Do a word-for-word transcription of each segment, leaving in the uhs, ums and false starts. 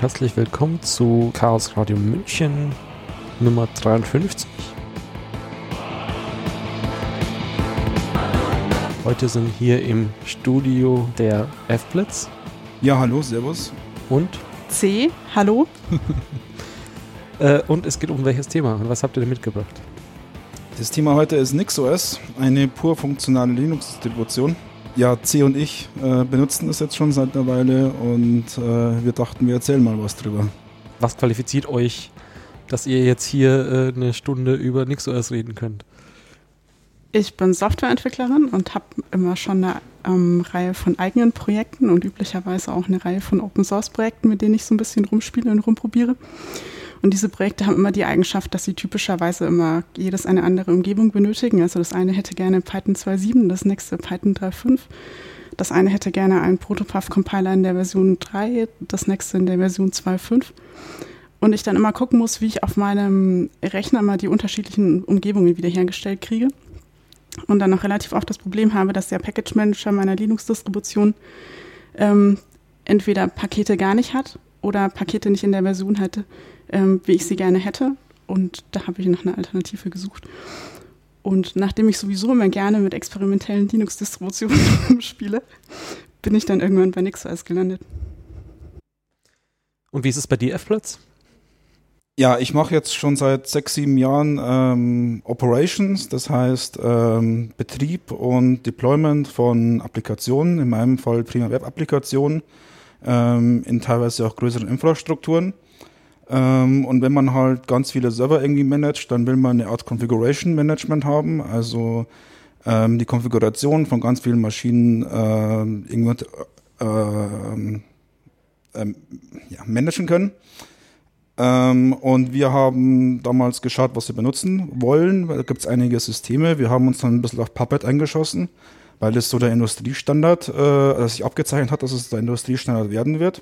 herzlich willkommen zu Chaos Radio München Nummer dreiundfünfzig. Heute sind hier im Studio der F-Blitz. Ja, hallo, servus. Und? C, hallo. äh, und es geht um welches Thema? Und was habt ihr denn mitgebracht? Das Thema heute ist NixOS, eine pur funktionale Linux-Distribution. Ja, C und ich äh, benutzen es jetzt schon seit einer Weile und äh, wir dachten, wir erzählen mal was drüber. Was qualifiziert euch, dass ihr jetzt hier äh, eine Stunde über NixOS reden könnt? Ich bin Softwareentwicklerin und habe immer schon eine ähm, Reihe von eigenen Projekten und üblicherweise auch eine Reihe von Open-Source-Projekten, mit denen ich so ein bisschen rumspiele und rumprobiere. Und diese Projekte haben immer die Eigenschaft, dass sie typischerweise immer jedes eine andere Umgebung benötigen. Also das eine hätte gerne Python zwei Punkt sieben, das nächste Python drei Punkt fünf. Das eine hätte gerne einen Protopuf-Compiler in der Version drei, das nächste in der Version zwei Punkt fünf. Und ich dann immer gucken muss, wie ich auf meinem Rechner mal die unterschiedlichen Umgebungen wiederhergestellt kriege. Und dann noch relativ oft das Problem habe, dass der Package Manager meiner Linux-Distribution ähm, entweder Pakete gar nicht hat oder Pakete nicht in der Version hatte, ähm, wie ich sie gerne hätte. Und da habe ich nach einer Alternative gesucht. Und nachdem ich sowieso immer gerne mit experimentellen Linux-Distributionen spiele, bin ich dann irgendwann bei NixOS gelandet. Und wie ist es bei dir, F-Blitz? Ja, ich mache jetzt schon seit sechs, sieben Jahren ähm, Operations, das heißt ähm, Betrieb und Deployment von Applikationen, in meinem Fall prima Web-Applikationen, ähm, in teilweise auch größeren Infrastrukturen. Ähm, und wenn man halt ganz viele Server irgendwie managt, dann will man eine Art Configuration Management haben, also ähm, die Konfiguration von ganz vielen Maschinen äh, irgendwo äh, äh, ja, managen können. Ähm, und wir haben damals geschaut, was wir benutzen wollen. Da gibt es einige Systeme. Wir haben uns dann ein bisschen auf Puppet eingeschossen, weil es so der Industriestandard, äh, das sich abgezeichnet hat, dass es der Industriestandard werden wird.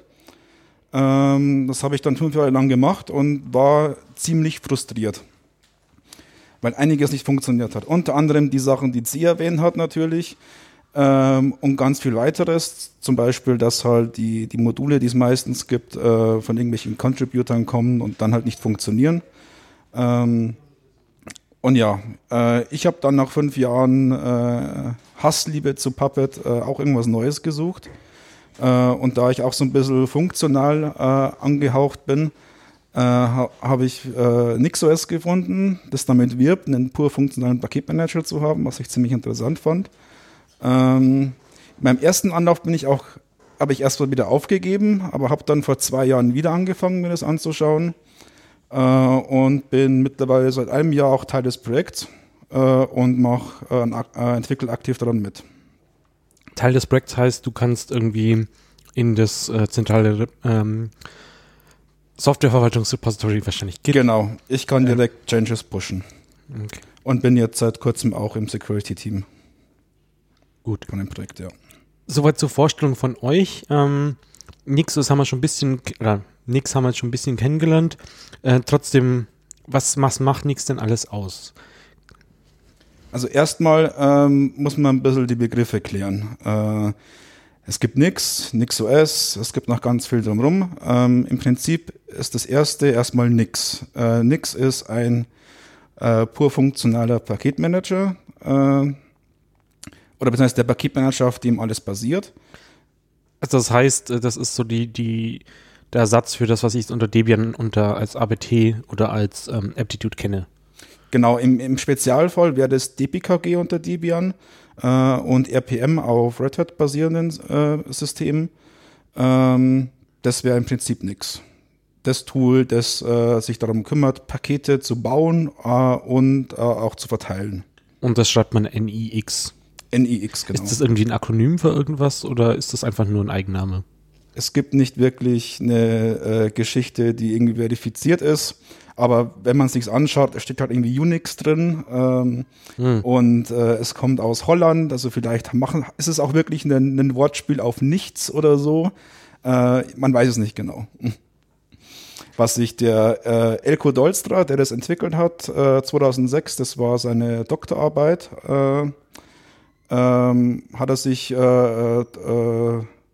Ähm, das habe ich dann fünf Jahre lang gemacht und war ziemlich frustriert, weil einiges nicht funktioniert hat. Unter anderem die Sachen, die C erwähnt hat natürlich. Ähm, und ganz viel weiteres, zum Beispiel, dass halt die, die Module, die es meistens gibt, äh, von irgendwelchen Contributern kommen und dann halt nicht funktionieren. Ähm, und ja, äh, ich habe dann nach fünf Jahren äh, Hassliebe zu Puppet äh, auch irgendwas Neues gesucht. Äh, und da ich auch so ein bisschen funktional äh, angehaucht bin, äh, ha, habe ich äh, NixOS gefunden, das damit wirbt, einen pur funktionalen Paketmanager zu haben, was ich ziemlich interessant fand. Ähm, beim ersten Anlauf bin ich auch, habe ich erst mal wieder aufgegeben, aber habe dann vor zwei Jahren wieder angefangen, mir das anzuschauen äh, und bin mittlerweile seit einem Jahr auch Teil des Projekts äh, und mach, äh, äh, entwickle aktiv daran mit. Teil des Projekts heißt, du kannst irgendwie in das äh, zentrale ähm, Softwareverwaltungsrepository wahrscheinlich Git. Genau, ich kann direkt Changes pushen. Okay. Und bin jetzt seit kurzem auch im Security-Team. Gut. Von dem Projekt, ja. Soweit zur Vorstellung von euch. Ähm, NixOS haben wir schon ein bisschen, oder Nix haben wir schon ein bisschen kennengelernt. Äh, trotzdem, was, was macht Nix denn alles aus? Also erstmal ähm, muss man ein bisschen die Begriffe klären. Äh, es gibt Nix, NixOS, es gibt noch ganz viel drumherum. Ähm, Im Prinzip ist das erste erstmal Nix. Äh, Nix ist ein äh, pur funktionaler Paketmanager, äh, oder beziehungsweise der Paketmanager, auf dem alles basiert. Also das heißt, das ist so die, die, der Ersatz für das, was ich unter Debian unter als A B T oder als ähm, Aptitude kenne. Genau, im, im Spezialfall wäre das D P K G unter Debian äh, und R P M auf Red Hat basierenden äh, Systemen. Ähm, das wäre im Prinzip nichts. Das Tool, das äh, sich darum kümmert, Pakete zu bauen äh, und äh, auch zu verteilen. Und das schreibt man N I X. N I X, genau. Ist das irgendwie ein Akronym für irgendwas oder ist das einfach nur ein Eigenname? Es gibt nicht wirklich eine äh, Geschichte, die irgendwie verifiziert ist, aber wenn man es sich anschaut, steht halt irgendwie Unix drin ähm, hm. und äh, es kommt aus Holland, also vielleicht machen, ist es auch wirklich ein, ein Wortspiel auf nichts oder so, äh, man weiß es nicht genau. Was sich der äh, Elko Dolstra, der das entwickelt hat, äh, zweitausendsechs, das war seine Doktorarbeit, äh, ähm, hat er sich äh, äh,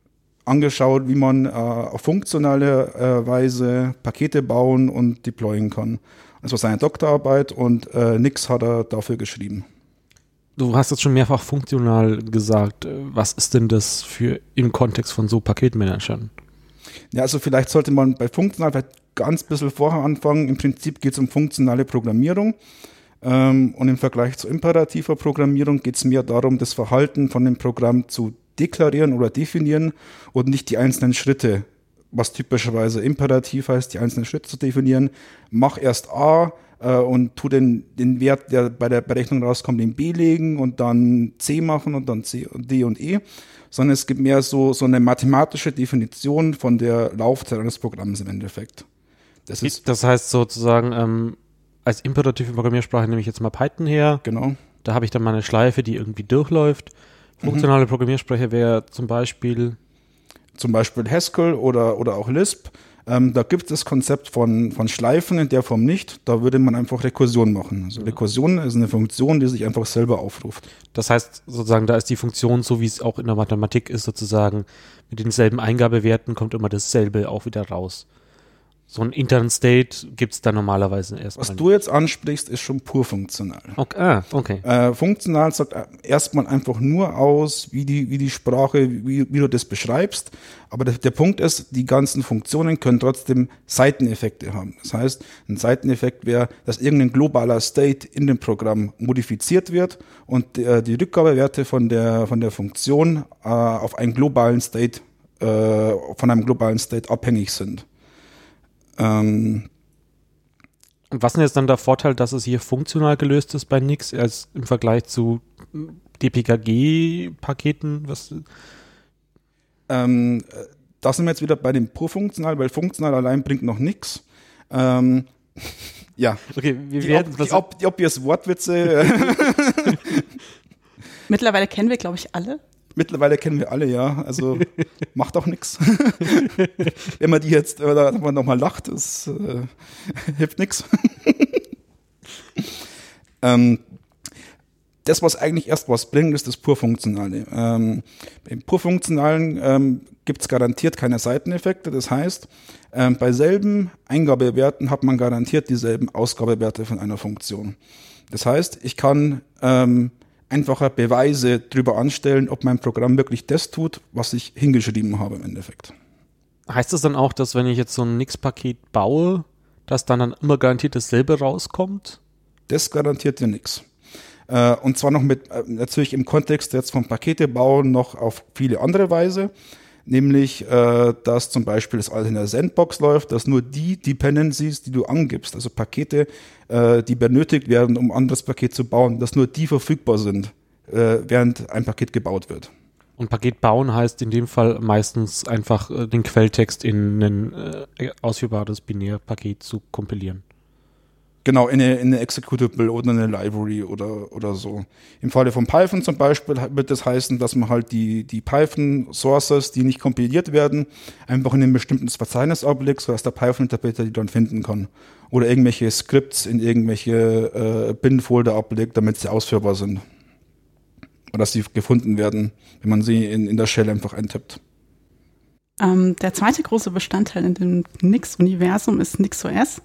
angeschaut, wie man äh, auf funktionale äh, Weise Pakete bauen und deployen kann. Das war seine Doktorarbeit und äh, Nix hat er dafür geschrieben. Du hast jetzt schon mehrfach funktional gesagt. Was ist denn das für im Kontext von so Paketmanagern? Ja, also vielleicht sollte man bei funktional vielleicht ganz ein bisschen vorher anfangen. Im Prinzip geht es um funktionale Programmierung. Ähm, und im Vergleich zu imperativer Programmierung geht es mehr darum, das Verhalten von dem Programm zu deklarieren oder definieren und nicht die einzelnen Schritte, was typischerweise imperativ heißt, die einzelnen Schritte zu definieren. Mach erst A äh, und tu den, den Wert, der bei der Berechnung rauskommt, in B legen und dann C machen und dann C und D und E, sondern es gibt mehr so, so eine mathematische Definition von der Laufzeit eines Programms im Endeffekt. Das ist das heißt sozusagen, ähm, als imperative Programmiersprache nehme ich jetzt mal Python her. Genau. Da habe ich dann meine Schleife, die irgendwie durchläuft. Funktionale mhm. Programmiersprache wäre zum Beispiel Zum Beispiel Haskell oder, oder auch Lisp. Ähm, da gibt es das Konzept von, von Schleifen in der Form nicht. Da würde man einfach Rekursion machen. Also Rekursion ist eine Funktion, die sich einfach selber aufruft. Das heißt sozusagen, da ist die Funktion, so wie es auch in der Mathematik ist, sozusagen mit denselben Eingabewerten kommt immer dasselbe auch wieder raus. So einen internen State gibt es da normalerweise erstmal. Was du jetzt ansprichst, ist schon pur funktional. Okay. Ah, okay. Äh, funktional sagt erstmal einfach nur aus, wie die, wie die Sprache, wie, wie du das beschreibst. Aber der, der Punkt ist, die ganzen Funktionen können trotzdem Seiteneffekte haben. Das heißt, ein Seiteneffekt wäre, dass irgendein globaler State in dem Programm modifiziert wird und äh, die Rückgabewerte von der, von der Funktion äh, auf einen globalen State, äh, von einem globalen State abhängig sind. Ähm, Und was ist jetzt dann der Vorteil, dass es hier funktional gelöst ist bei Nix, als im Vergleich zu D P K G-Paketen? Was? Ähm, da sind wir jetzt wieder bei dem pur-funktional, weil funktional allein bringt noch nichts. Ähm, ja, okay, wir die, werden ob, die, ob, die obvious Wortwitze. Mittlerweile kennen wir, glaube ich, alle. Mittlerweile kennen wir alle, ja. Also macht auch nichts. Wenn man die jetzt, wenn man nochmal lacht, das äh, hilft nichts. ähm, das, was eigentlich erst was bringt, ist das Purfunktionale. Ähm, Im Purfunktionalen ähm, gibt es garantiert keine Seiteneffekte. Das heißt, ähm, bei selben Eingabewerten hat man garantiert dieselben Ausgabewerte von einer Funktion. Das heißt, ich kann ähm, einfacher Beweise darüber anstellen, ob mein Programm wirklich das tut, was ich hingeschrieben habe im Endeffekt. Heißt das dann auch, dass wenn ich jetzt so ein Nix-Paket baue, dass dann, dann immer garantiert dasselbe rauskommt? Das garantiert dir nichts. Äh, und zwar noch mit, äh, natürlich im Kontext jetzt von Pakete bauen noch auf viele andere Weise. Nämlich, äh, dass zum Beispiel das alles in der Sandbox läuft, dass nur die Dependencies, die du angibst, also Pakete, äh, die benötigt werden, um ein anderes Paket zu bauen, dass nur die verfügbar sind, äh, während ein Paket gebaut wird. Und Paket bauen heißt in dem Fall meistens einfach äh, den Quelltext in ein äh, ausführbares Binärpaket zu kompilieren. Genau, in eine, in eine Executable oder eine Library oder, oder so. Im Falle von Python zum Beispiel wird das heißen, dass man halt die, die Python-Sources, die nicht kompiliert werden, einfach in einem bestimmten Verzeichnis ablegt, sodass der Python-Interpreter die dann finden kann. Oder irgendwelche Scripts in irgendwelche äh, Bin-Folder ablegt, damit sie ausführbar sind. Oder dass sie gefunden werden, wenn man sie in, in der Shell einfach eintippt. Ähm, der zweite große Bestandteil in dem Nix-Universum ist NixOS.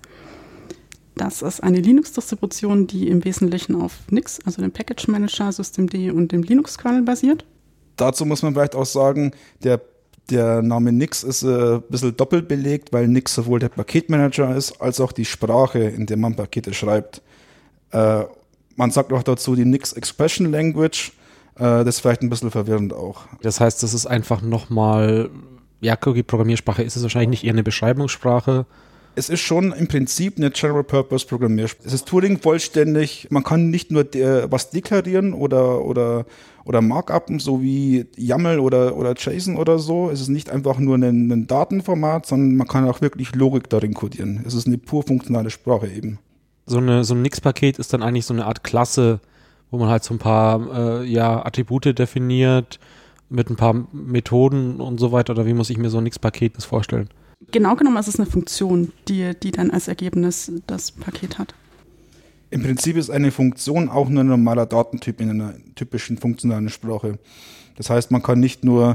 Das ist eine Linux-Distribution, die im Wesentlichen auf Nix, also dem Package Manager, Systemd und dem Linux-Kernel basiert. Dazu muss man vielleicht auch sagen, der, der Name Nix ist äh, ein bisschen doppelt belegt, weil Nix sowohl der Paketmanager ist, als auch die Sprache, in der man Pakete schreibt. Äh, man sagt auch dazu die Nix Expression Language, äh, das ist vielleicht ein bisschen verwirrend auch. Das heißt, das ist einfach nochmal, ja, die Programmiersprache ist es wahrscheinlich nicht eher eine Beschreibungssprache. Es ist schon im Prinzip eine General-Purpose-Programmiersprache. Es ist Turing vollständig. Man kann nicht nur de- was deklarieren oder, oder, oder Markupen, so wie YAML oder, oder JSON oder so. Es ist nicht einfach nur ein, ein Datenformat, sondern man kann auch wirklich Logik darin codieren. Es ist eine pur funktionale Sprache eben. So, eine, so ein Nix-Paket ist dann eigentlich so eine Art Klasse, wo man halt so ein paar äh, ja, Attribute definiert mit ein paar Methoden und so weiter. Oder wie muss ich mir so ein Nix-Paket das vorstellen? Genau genommen ist es eine Funktion, die, die dann als Ergebnis das Paket hat. Im Prinzip ist eine Funktion auch nur ein normaler Datentyp in einer typischen funktionalen Sprache. Das heißt, man kann nicht nur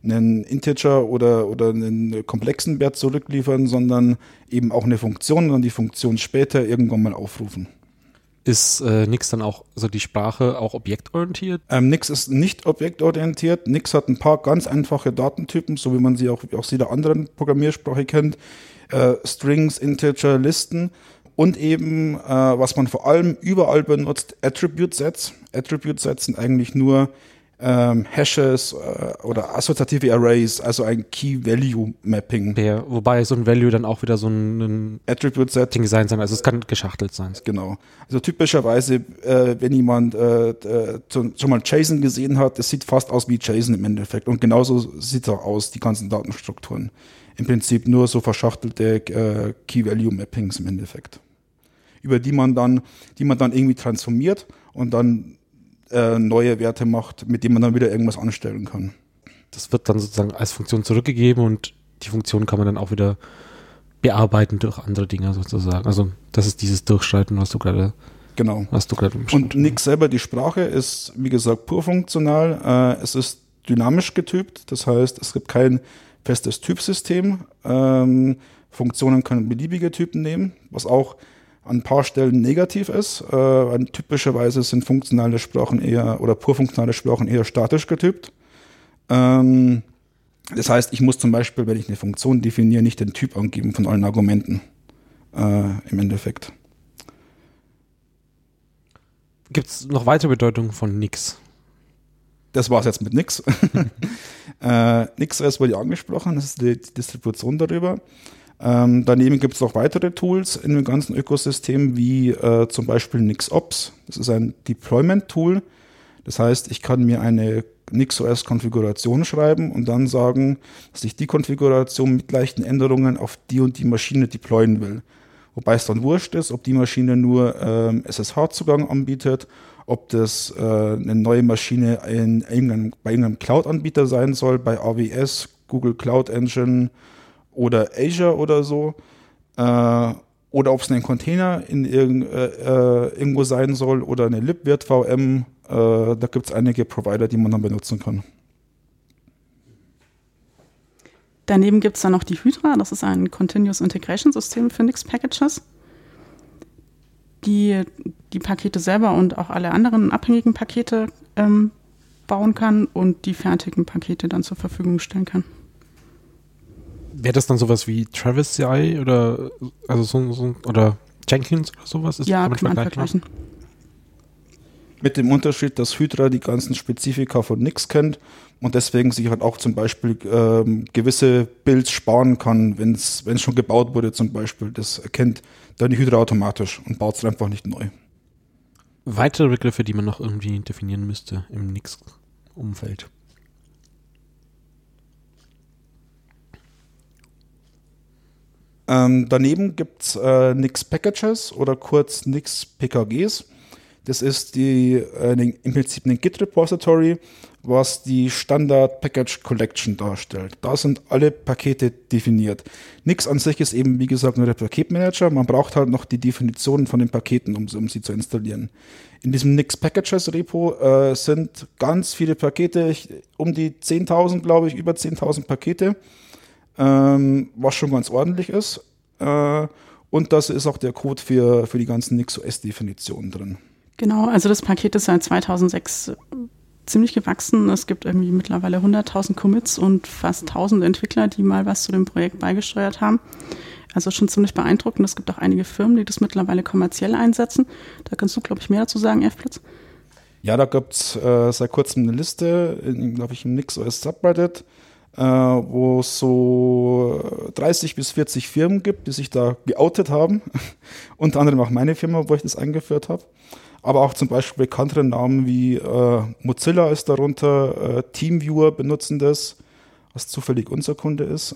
einen Integer oder, oder einen komplexen Wert zurückliefern, sondern eben auch eine Funktion und dann die Funktion später irgendwann mal aufrufen. Ist äh, Nix dann auch, also die Sprache auch objektorientiert? Ähm, Nix ist nicht objektorientiert. Nix hat ein paar ganz einfache Datentypen, so wie man sie auch aus jeder anderen Programmiersprache kennt. Äh, Strings, Integer, Listen und eben, äh, was man vor allem überall benutzt, Attribute-Sets. Attribute-Sets sind eigentlich nur ähm, Hashes äh, oder assoziative Arrays, also ein Key-Value-Mapping. Ja, wobei so ein Value dann auch wieder so ein, ein Attribute-Set Ding sein kann, also es kann geschachtelt sein. Genau. Also typischerweise, äh, wenn jemand äh, äh, schon mal JSON gesehen hat, das sieht fast aus wie JSON im Endeffekt. Und genauso sieht es auch aus, die ganzen Datenstrukturen. Im Prinzip nur so verschachtelte äh, Key-Value-Mappings im Endeffekt. Über die man dann, die man dann irgendwie transformiert und dann äh, neue Werte macht, mit denen man dann wieder irgendwas anstellen kann. Das wird dann sozusagen als Funktion zurückgegeben und die Funktion kann man dann auch wieder bearbeiten durch andere Dinge sozusagen. Also das ist dieses Durchschreiten, was du gerade genau. was du gerade Und Nix selber, die Sprache, ist wie gesagt pur funktional. Äh, es ist dynamisch getypt, das heißt, es gibt kein festes Typsystem. Ähm, Funktionen können beliebige Typen nehmen, was auch an ein paar Stellen negativ ist. Äh, typischerweise sind funktionale Sprachen eher oder pur funktionale Sprachen eher statisch getypt. Ähm, das heißt, ich muss zum Beispiel, wenn ich eine Funktion definiere, nicht den Typ angeben von allen Argumenten äh, im Endeffekt. Gibt es noch weitere Bedeutungen von Nix? Das war es jetzt mit Nix. äh, Nix.js wurde ja angesprochen, das ist die, die Distribution darüber. Ähm, daneben gibt es noch weitere Tools in dem ganzen Ökosystem, wie äh, zum Beispiel NixOps. Das ist ein Deployment-Tool. Das heißt, ich kann mir eine NixOS-Konfiguration schreiben und dann sagen, dass ich die Konfiguration mit leichten Änderungen auf die und die Maschine deployen will. Wobei es dann wurscht ist, ob die Maschine nur ähm, S S H-Zugang anbietet, ob das äh, eine neue Maschine in irgendeinem, bei irgendeinem Cloud-Anbieter sein soll, bei A W S, Google Cloud Engine oder Azure oder so, äh, oder ob es ein Container in irg äh, irgendwo sein soll oder eine libvirt-V M, äh, da gibt es einige Provider, die man dann benutzen kann. Daneben gibt es dann noch die Hydra, das ist ein Continuous Integration System für Nix-Packages, die die Pakete selber und auch alle anderen abhängigen Pakete ähm, bauen kann und die fertigen Pakete dann zur Verfügung stellen kann. Wäre das dann sowas wie Travis C I oder also so, so oder Jenkins oder sowas? Ist, ja, kann man, kann man vergleichen. Mit dem Unterschied, dass Hydra die ganzen Spezifika von Nix kennt und deswegen sich halt auch zum Beispiel ähm, gewisse Builds sparen kann, wenn es schon gebaut wurde zum Beispiel. Das erkennt dann die Hydra automatisch und baut es einfach nicht neu. Weitere Begriffe, die man noch irgendwie definieren müsste im Nix-Umfeld. Ähm, daneben gibt es äh, Nix-Packages oder kurz Nix-P K Gs. Das ist die, äh, im Prinzip ein Git-Repository, was die Standard-Package-Collection darstellt. Da sind alle Pakete definiert. Nix an sich ist eben, wie gesagt, nur der Paketmanager. Man braucht halt noch die Definitionen von den Paketen, um, um sie zu installieren. In diesem Nix-Packages-Repo äh, sind ganz viele Pakete, ich, um die zehntausend, glaube ich, über zehntausend Pakete, ähm, was schon ganz ordentlich ist. Äh, und das ist auch der Code für, für die ganzen NixOS-Definitionen drin. Genau, also das Paket ist seit zweitausendsechs ziemlich gewachsen. Es gibt irgendwie mittlerweile hunderttausend Commits und fast tausend Entwickler, die mal was zu dem Projekt beigesteuert haben. Also schon ziemlich beeindruckend. Es gibt auch einige Firmen, die das mittlerweile kommerziell einsetzen. Da kannst du, glaube ich, mehr dazu sagen, F-Blitz. Ja, da gibt es äh, seit kurzem eine Liste, glaube ich, im NixOS Subreddit, äh, wo es so dreißig bis vierzig Firmen gibt, die sich da geoutet haben. Unter anderem auch meine Firma, wo ich das eingeführt habe. Aber auch zum Beispiel bekanntere Namen wie äh, Mozilla ist darunter, äh, Teamviewer benutzen das, was zufällig unser Kunde ist.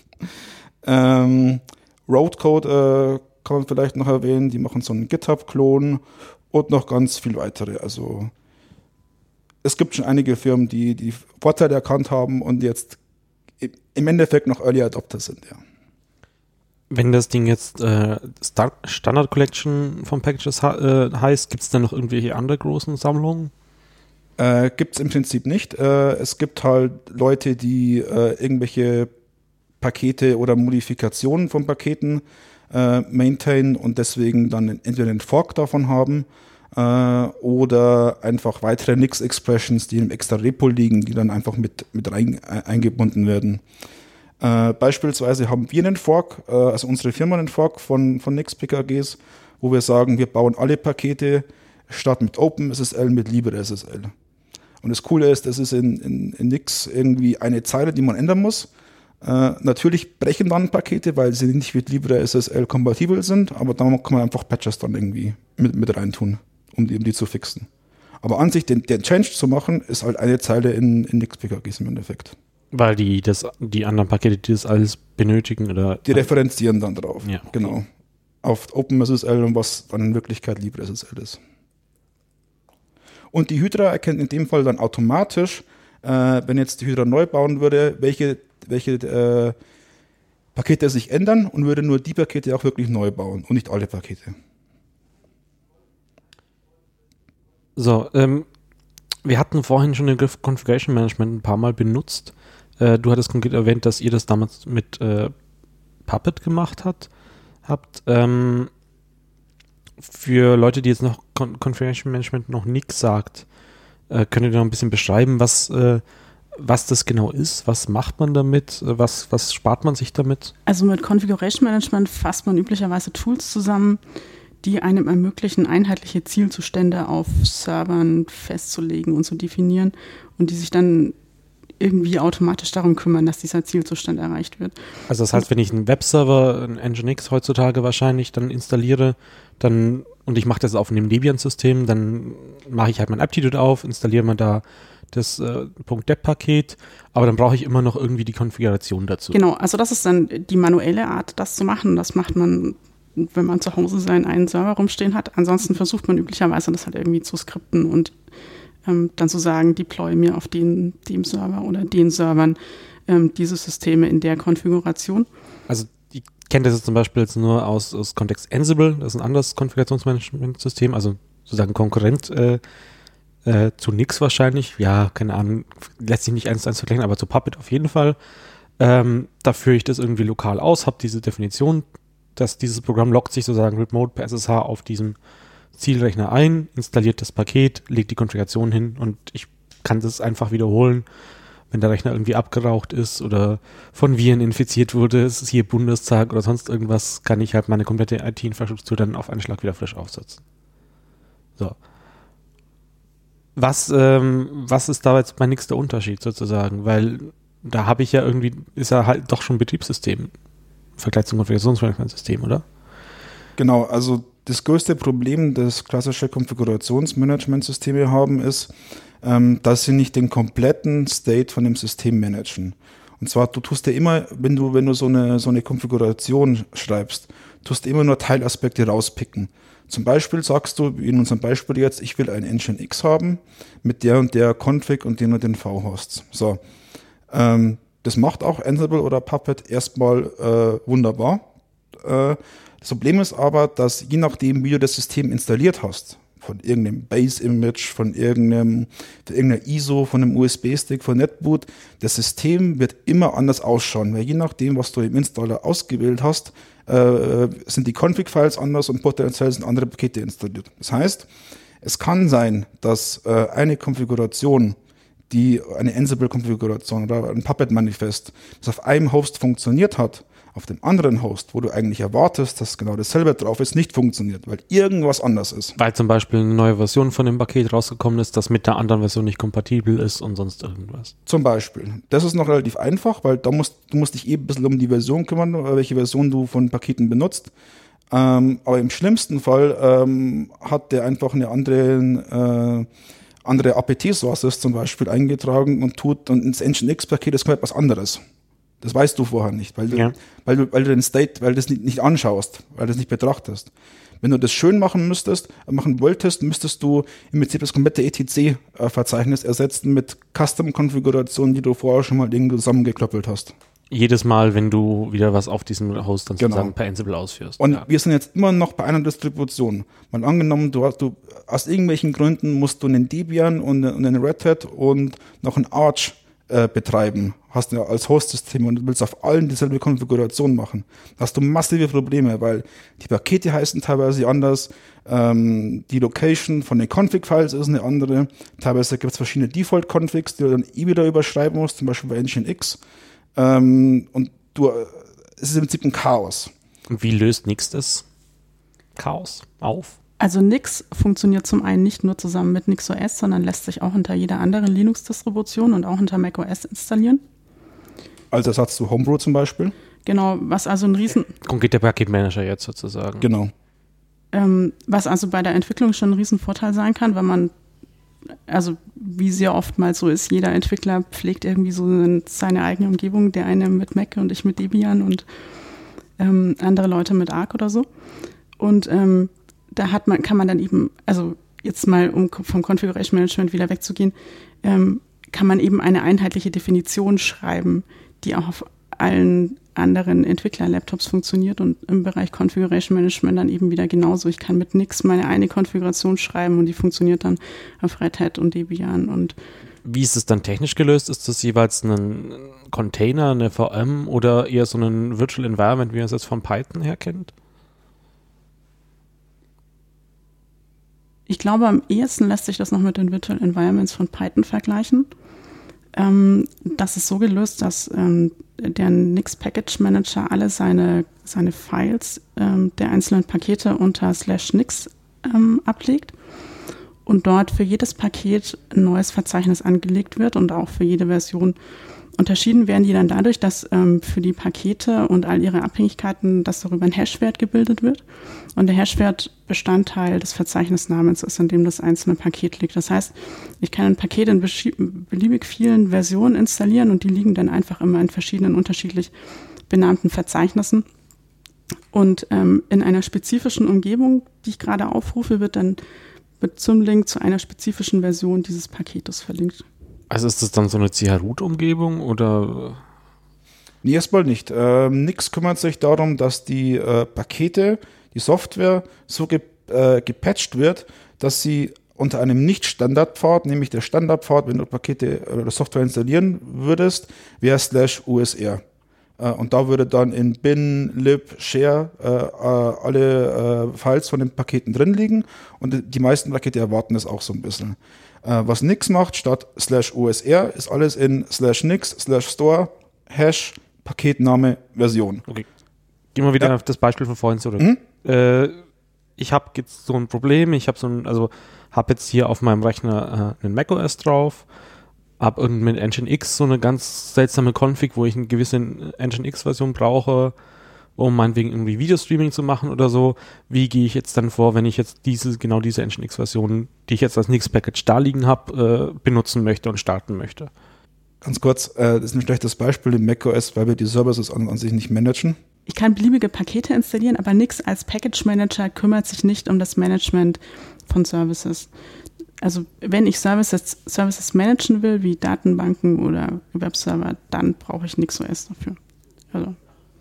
ähm, Roadcode äh, kann man vielleicht noch erwähnen, die machen so einen GitHub-Klon und noch ganz viel weitere. Also es gibt schon einige Firmen, die die Vorteile erkannt haben und jetzt im Endeffekt noch Early Adopter sind, ja. Wenn das Ding jetzt äh, Star- Standard Collection von Packages ha- äh, heißt, gibt es dann noch irgendwelche andere großen Sammlungen? Äh, gibt es im Prinzip nicht. Äh, es gibt halt Leute, die äh, irgendwelche Pakete oder Modifikationen von Paketen äh, maintainen und deswegen dann entweder einen Fork davon haben äh, oder einfach weitere Nix-Expressions, die im extra Repo liegen, die dann einfach mit, mit rein äh, eingebunden werden. Äh, beispielsweise haben wir einen Fork, äh, also unsere Firma einen Fork von, von Nix-P K Gs, wo wir sagen, wir bauen alle Pakete statt mit OpenSSL mit LibreSSL. Und das Coole ist, das ist in, in, in Nix irgendwie eine Zeile, die man ändern muss. Äh, natürlich brechen dann Pakete, weil sie nicht mit LibreSSL kompatibel sind, aber dann kann man einfach Patches dann irgendwie mit, mit reintun, um die, um die zu fixen. Aber an sich, den, den Change zu machen, ist halt eine Zeile in, in Nix-P K Gs im Endeffekt. Weil die, das, die anderen Pakete, die das alles benötigen, oder? Die referenzieren dann drauf, ja, okay. Genau. Auf OpenSSL und was dann in Wirklichkeit LibreSSL ist. Und die Hydra erkennt in dem Fall dann automatisch, äh, wenn jetzt die Hydra neu bauen würde, welche, welche äh, Pakete sich ändern und würde nur die Pakete auch wirklich neu bauen und nicht alle Pakete. So, ähm, wir hatten vorhin schon den Begriff Configuration Management ein paar Mal benutzt. Äh, du hattest konkret erwähnt, dass ihr das damals mit äh, Puppet gemacht hat, habt. Ähm, für Leute, die jetzt noch Con- Configuration Management noch nichts sagt, äh, könnt ihr noch ein bisschen beschreiben, was, äh, was das genau ist? Was macht man damit? Was, was spart man sich damit? Also mit Configuration Management fasst man üblicherweise Tools zusammen, die einem ermöglichen, einheitliche Zielzustände auf Servern festzulegen und zu definieren und die sich dann irgendwie automatisch darum kümmern, dass dieser Zielzustand erreicht wird. Also das heißt, wenn ich einen Webserver, einen Nginx heutzutage wahrscheinlich dann installiere, dann, und ich mache das auf einem Debian-System, dann mache ich halt mein Aptitude auf, installiere mal da das äh, .deb-Paket, aber dann brauche ich immer noch irgendwie die Konfiguration dazu. Genau, also das ist dann die manuelle Art, das zu machen. Das macht man, wenn man zu Hause seinen einen Server rumstehen hat. Ansonsten versucht man üblicherweise das halt irgendwie zu skripten und ähm, dann zu sagen, deploy mir auf den, dem Server oder den Servern ähm, diese Systeme in der Konfiguration. Also ich kenne das jetzt zum Beispiel jetzt nur aus, aus Kontext Ansible, das ist ein anderes Konfigurationsmanagementsystem, also sozusagen Konkurrent äh, äh, zu Nix wahrscheinlich. Ja, keine Ahnung, lässt sich nicht eins zu eins vergleichen, aber zu Puppet auf jeden Fall. Ähm, da führe ich das irgendwie lokal aus, habe diese Definition, dass dieses Programm loggt sich sozusagen remote per S S H auf diesem Zielrechner ein, installiert das Paket, legt die Konfiguration hin und ich kann das einfach wiederholen, wenn der Rechner irgendwie abgeraucht ist oder von Viren infiziert wurde, es ist hier Bundestag oder sonst irgendwas, kann ich halt meine komplette I T-Infrastruktur dann auf einen Schlag wieder frisch aufsetzen. So. Was, ähm, was ist da jetzt mein nächster Unterschied sozusagen? Weil da habe ich ja irgendwie, ist ja halt doch schon ein Betriebssystem im Vergleich zum Konfigurationsmanagementsystem, oder? Genau, also das größte Problem, das klassische Konfigurationsmanagementsysteme haben, ist, ähm, dass sie nicht den kompletten State von dem System managen. Und zwar, du tust ja immer, wenn du, wenn du so eine, so eine Konfiguration schreibst, tust du immer nur Teilaspekte rauspicken. Zum Beispiel sagst du, wie in unserem Beispiel jetzt, ich will ein Nginx haben mit der und der Config und den und den V-Hosts. So. Ähm, das macht auch Ansible oder Puppet erstmal äh, wunderbar. Äh, das Problem ist aber, dass je nachdem, wie du das System installiert hast, von irgendeinem Base-Image, von irgendeinem, von irgendeiner I S O, von einem U S B-Stick, von Netboot, das System wird immer anders ausschauen, weil je nachdem, was du im Installer ausgewählt hast, äh, sind die Config-Files anders und potenziell sind andere Pakete installiert. Das heißt, es kann sein, dass äh, eine Konfiguration, die eine Ansible-Konfiguration oder ein Puppet-Manifest, das auf einem Host funktioniert hat, auf dem anderen Host, wo du eigentlich erwartest, dass genau dasselbe drauf ist, nicht funktioniert, weil irgendwas anders ist. Weil zum Beispiel eine neue Version von dem Paket rausgekommen ist, das mit der anderen Version nicht kompatibel ist und sonst irgendwas. Zum Beispiel. Das ist noch relativ einfach, weil da musst, du musst dich eben ein bisschen um die Version kümmern, welche Version du von Paketen benutzt. Ähm, aber im schlimmsten Fall ähm, hat der einfach eine andere, äh, andere A P T-Sources zum Beispiel eingetragen und tut und ins Nginx-Paket ist komplett was anderes. Das weißt du vorher nicht, weil du, ja. weil du, weil du den State, weil du das nicht, nicht anschaust, weil du das nicht betrachtest. Wenn du das schön machen müsstest, machen wolltest, müsstest du im Prinzip das komplette E T C-Verzeichnis ersetzen mit Custom-Konfigurationen, die du vorher schon mal irgendwie zusammengeklöppelt hast. jedes Mal, wenn du wieder was auf diesem Host dann Genau. sozusagen per Ansible ausführst. Und ja. wir sind jetzt immer noch bei einer Distribution. Mal angenommen, du, hast, du aus irgendwelchen Gründen musst du einen Debian und einen Red Hat und noch einen Arch äh, betreiben. Hast du als Host-System und du willst auf allen dieselbe Konfiguration machen. Da hast du massive Probleme, weil die Pakete heißen teilweise anders, ähm, die Location von den Config-Files ist eine andere. Teilweise gibt es verschiedene Default-Configs, die du dann eh wieder überschreiben musst, zum Beispiel bei Nginx. Ähm, und du, es ist im Prinzip ein Chaos. Und wie löst Nix das Chaos auf? Also Nix funktioniert zum einen nicht nur zusammen mit NixOS, sondern lässt sich auch unter jeder anderen Linux-Distribution und auch unter macOS installieren. Als Ersatz zu Homebrew zum Beispiel. Genau, was also ein Riesen... Konkret der Paketmanager jetzt sozusagen. Genau. Ähm, was also bei der Entwicklung schon ein Riesenvorteil sein kann, wenn man, also wie sehr oftmals so ist, jeder Entwickler pflegt irgendwie so seine eigene Umgebung, der eine mit Mac und ich mit Debian und ähm, andere Leute mit Arc oder so. Und ähm, da hat man, kann man dann eben, also jetzt mal, um vom Configuration Management wieder wegzugehen, ähm, kann man eben eine einheitliche Definition schreiben, die auch auf allen anderen Entwickler-Laptops funktioniert und im Bereich Configuration Management dann eben wieder genauso. Ich kann mit Nix meine eine Konfiguration schreiben und die funktioniert dann auf Red Hat und Debian. Und wie ist es dann technisch gelöst? Ist das jeweils ein Container, eine V M oder eher so ein Virtual Environment, wie man es jetzt von Python her kennt? Ich glaube, am ehesten lässt sich das noch mit den Virtual Environments von Python vergleichen. Ähm, das ist so gelöst, dass ähm, der Nix Package Manager alle seine, seine Files ähm, der einzelnen Pakete unter slash nix ähm, ablegt und dort für jedes Paket ein neues Verzeichnis angelegt wird und auch für jede Version. Unterschieden werden die dann dadurch, dass ähm, für die Pakete und all ihre Abhängigkeiten, dass darüber ein Hashwert gebildet wird. Und der Hashwert Bestandteil des Verzeichnisnamens ist, in dem das einzelne Paket liegt. Das heißt, ich kann ein Paket in beliebig vielen Versionen installieren und die liegen dann einfach immer in verschiedenen unterschiedlich benannten Verzeichnissen. Und ähm, in einer spezifischen Umgebung, die ich gerade aufrufe, wird dann mit zum Link zu einer spezifischen Version dieses Paketes verlinkt. Also ist das dann so eine C H-Root-Umgebung oder? Nee, erstmal nicht. Ähm, Nix kümmert sich darum, dass die äh, Pakete, die Software so ge äh, gepatcht wird, dass sie unter einem Nicht-Standardpfad, nämlich der Standardpfad, wenn du Pakete oder Software installieren würdest, wäre slash U S R. Äh, und da würde dann in bin, lib, share äh, äh, alle äh, Files von den Paketen drin liegen und die meisten Pakete erwarten das auch so ein bisschen. Uh, was Nix macht, statt slash U S R, ist alles in slash Nix, slash Store, Hash, Paketname, Version. Okay. Gehen wir wieder ja. auf das Beispiel von vorhin zurück. Mhm. Äh, ich habe jetzt so ein Problem, ich habe so ein, also habe jetzt hier auf meinem Rechner äh, einen macOS drauf, habe mit Nginx so eine ganz seltsame Config, wo ich eine gewisse Nginx-Version brauche, um meinetwegen irgendwie Videostreaming zu machen oder so. Wie gehe ich jetzt dann vor, wenn ich jetzt diese, genau diese Nginx-Version, die ich jetzt als Nix-Package da liegen habe, äh, benutzen möchte und starten möchte? Ganz kurz, äh, das ist ein schlechtes Beispiel im macOS, weil wir die Services an, an sich nicht managen. Ich kann beliebige Pakete installieren, aber Nix als Package-Manager kümmert sich nicht um das Management von Services. Also wenn ich Services, Services managen will, wie Datenbanken oder Webserver, dann brauche ich NixOS dafür. Also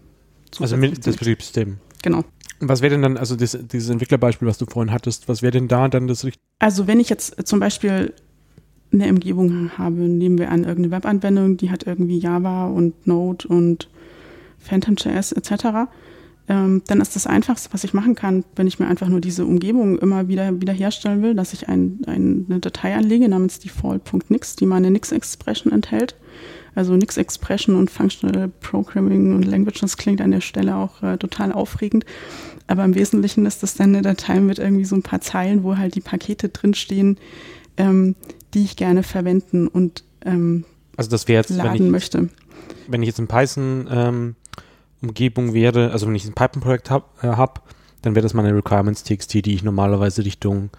Also mit das Betriebssystem. Genau. Und was wäre denn dann, also das, dieses Entwicklerbeispiel, was du vorhin hattest, was wäre denn da dann das Richtige? Also wenn ich jetzt zum Beispiel eine Umgebung habe, nehmen wir an irgendeine Webanwendung, die hat irgendwie Java und Node und Phantom.js et cetera, ähm, dann ist das Einfachste, was ich machen kann, wenn ich mir einfach nur diese Umgebung immer wieder wiederherstellen will, dass ich ein, ein, eine Datei anlege namens default.nix, die meine Nix-Expression enthält. Also Nix-Expression und Functional Programming und Languages klingt an der Stelle auch äh, total aufregend. Aber im Wesentlichen ist das dann eine Datei mit irgendwie so ein paar Zeilen, wo halt die Pakete drinstehen, ähm, die ich gerne verwenden und ähm, also das wäre jetzt, laden wenn ich, möchte. Wenn ich jetzt in Python ähm, Umgebung wäre, also wenn ich ein Python-Projekt habe, äh, hab, dann wäre das meine Requirements.txt, die ich normalerweise Richtung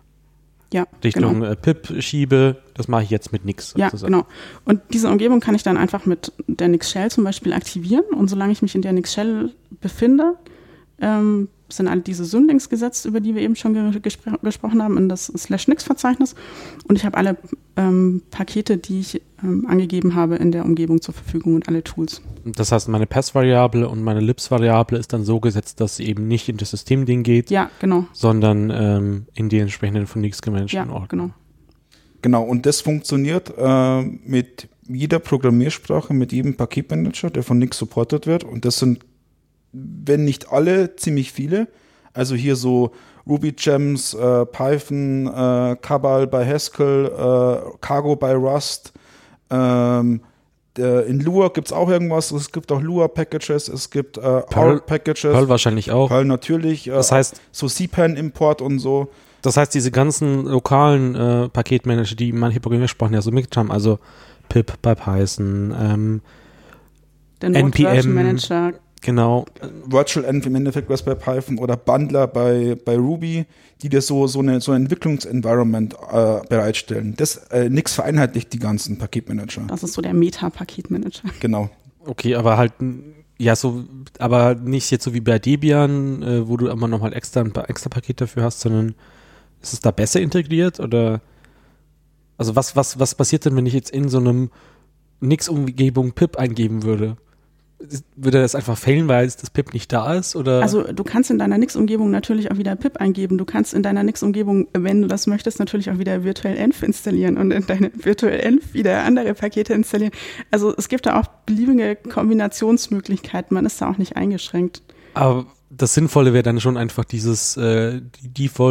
Ja, Richtung genau. äh, pip schiebe, das mache ich jetzt mit Nix. Ja, genau. Und diese Umgebung kann ich dann einfach mit der Nix Shell zum Beispiel aktivieren und solange ich mich in der Nix Shell befinde, ähm, sind alle diese Symlinks gesetzt, über die wir eben schon ge- gespr- gesprochen haben, in das Slash-Nix-Verzeichnis. Und ich habe alle ähm, Pakete, die ich ähm, angegeben habe, in der Umgebung zur Verfügung und alle Tools. Das heißt, meine Pass-Variable und meine Libs-Variable ist dann so gesetzt, dass sie eben nicht in das Systemding geht, ja, genau. sondern ähm, in die entsprechenden von Nix gemanagten Ja, Ordner. genau. Genau, und das funktioniert äh, mit jeder Programmiersprache, mit jedem Paketmanager, der von Nix supportet wird. Und das sind, wenn nicht alle, ziemlich viele. Also hier so RubyGems, äh, Python, äh, Cabal bei Haskell, äh, Cargo bei Rust. Ähm, der, in Lua gibt es auch irgendwas. Es gibt auch Lua-Packages, es gibt äh, R-Packages. Perl wahrscheinlich auch. Perl natürlich. Äh, Das heißt, so C P A N-Import und so. das heißt, diese ganzen lokalen äh, Paketmanager, die manche Programmiersprachen ja so mit haben, also pip bei Python, ähm, Der N P M, Node-Version-Manager. genau. Virtual Env im Endeffekt was bei Python oder Bundler bei, bei Ruby, die dir so, so, eine, so ein Entwicklungsenvironment äh, bereitstellen. Das äh, nix vereinheitlicht die ganzen Paketmanager. Das ist so der Meta-Paketmanager. Genau. Okay, aber halt, ja, so, aber nicht jetzt so wie bei Debian, äh, wo du immer nochmal extra ein paar extra Paket dafür hast, sondern ist es da besser integriert oder, also was, was, was passiert denn, wenn ich jetzt in so einem Nix-Umgebung pip eingeben würde? Würde das einfach failen, weil das pip nicht da ist? Oder? Also du kannst in deiner Nix-Umgebung natürlich auch wieder pip eingeben. Du kannst in deiner Nix-Umgebung, wenn du das möchtest, natürlich auch wieder virtuell env installieren und in deine virtuell env wieder andere Pakete installieren. Also es gibt da auch beliebige Kombinationsmöglichkeiten. Man ist da auch nicht eingeschränkt. Aber das Sinnvolle wäre dann schon einfach dieses äh, die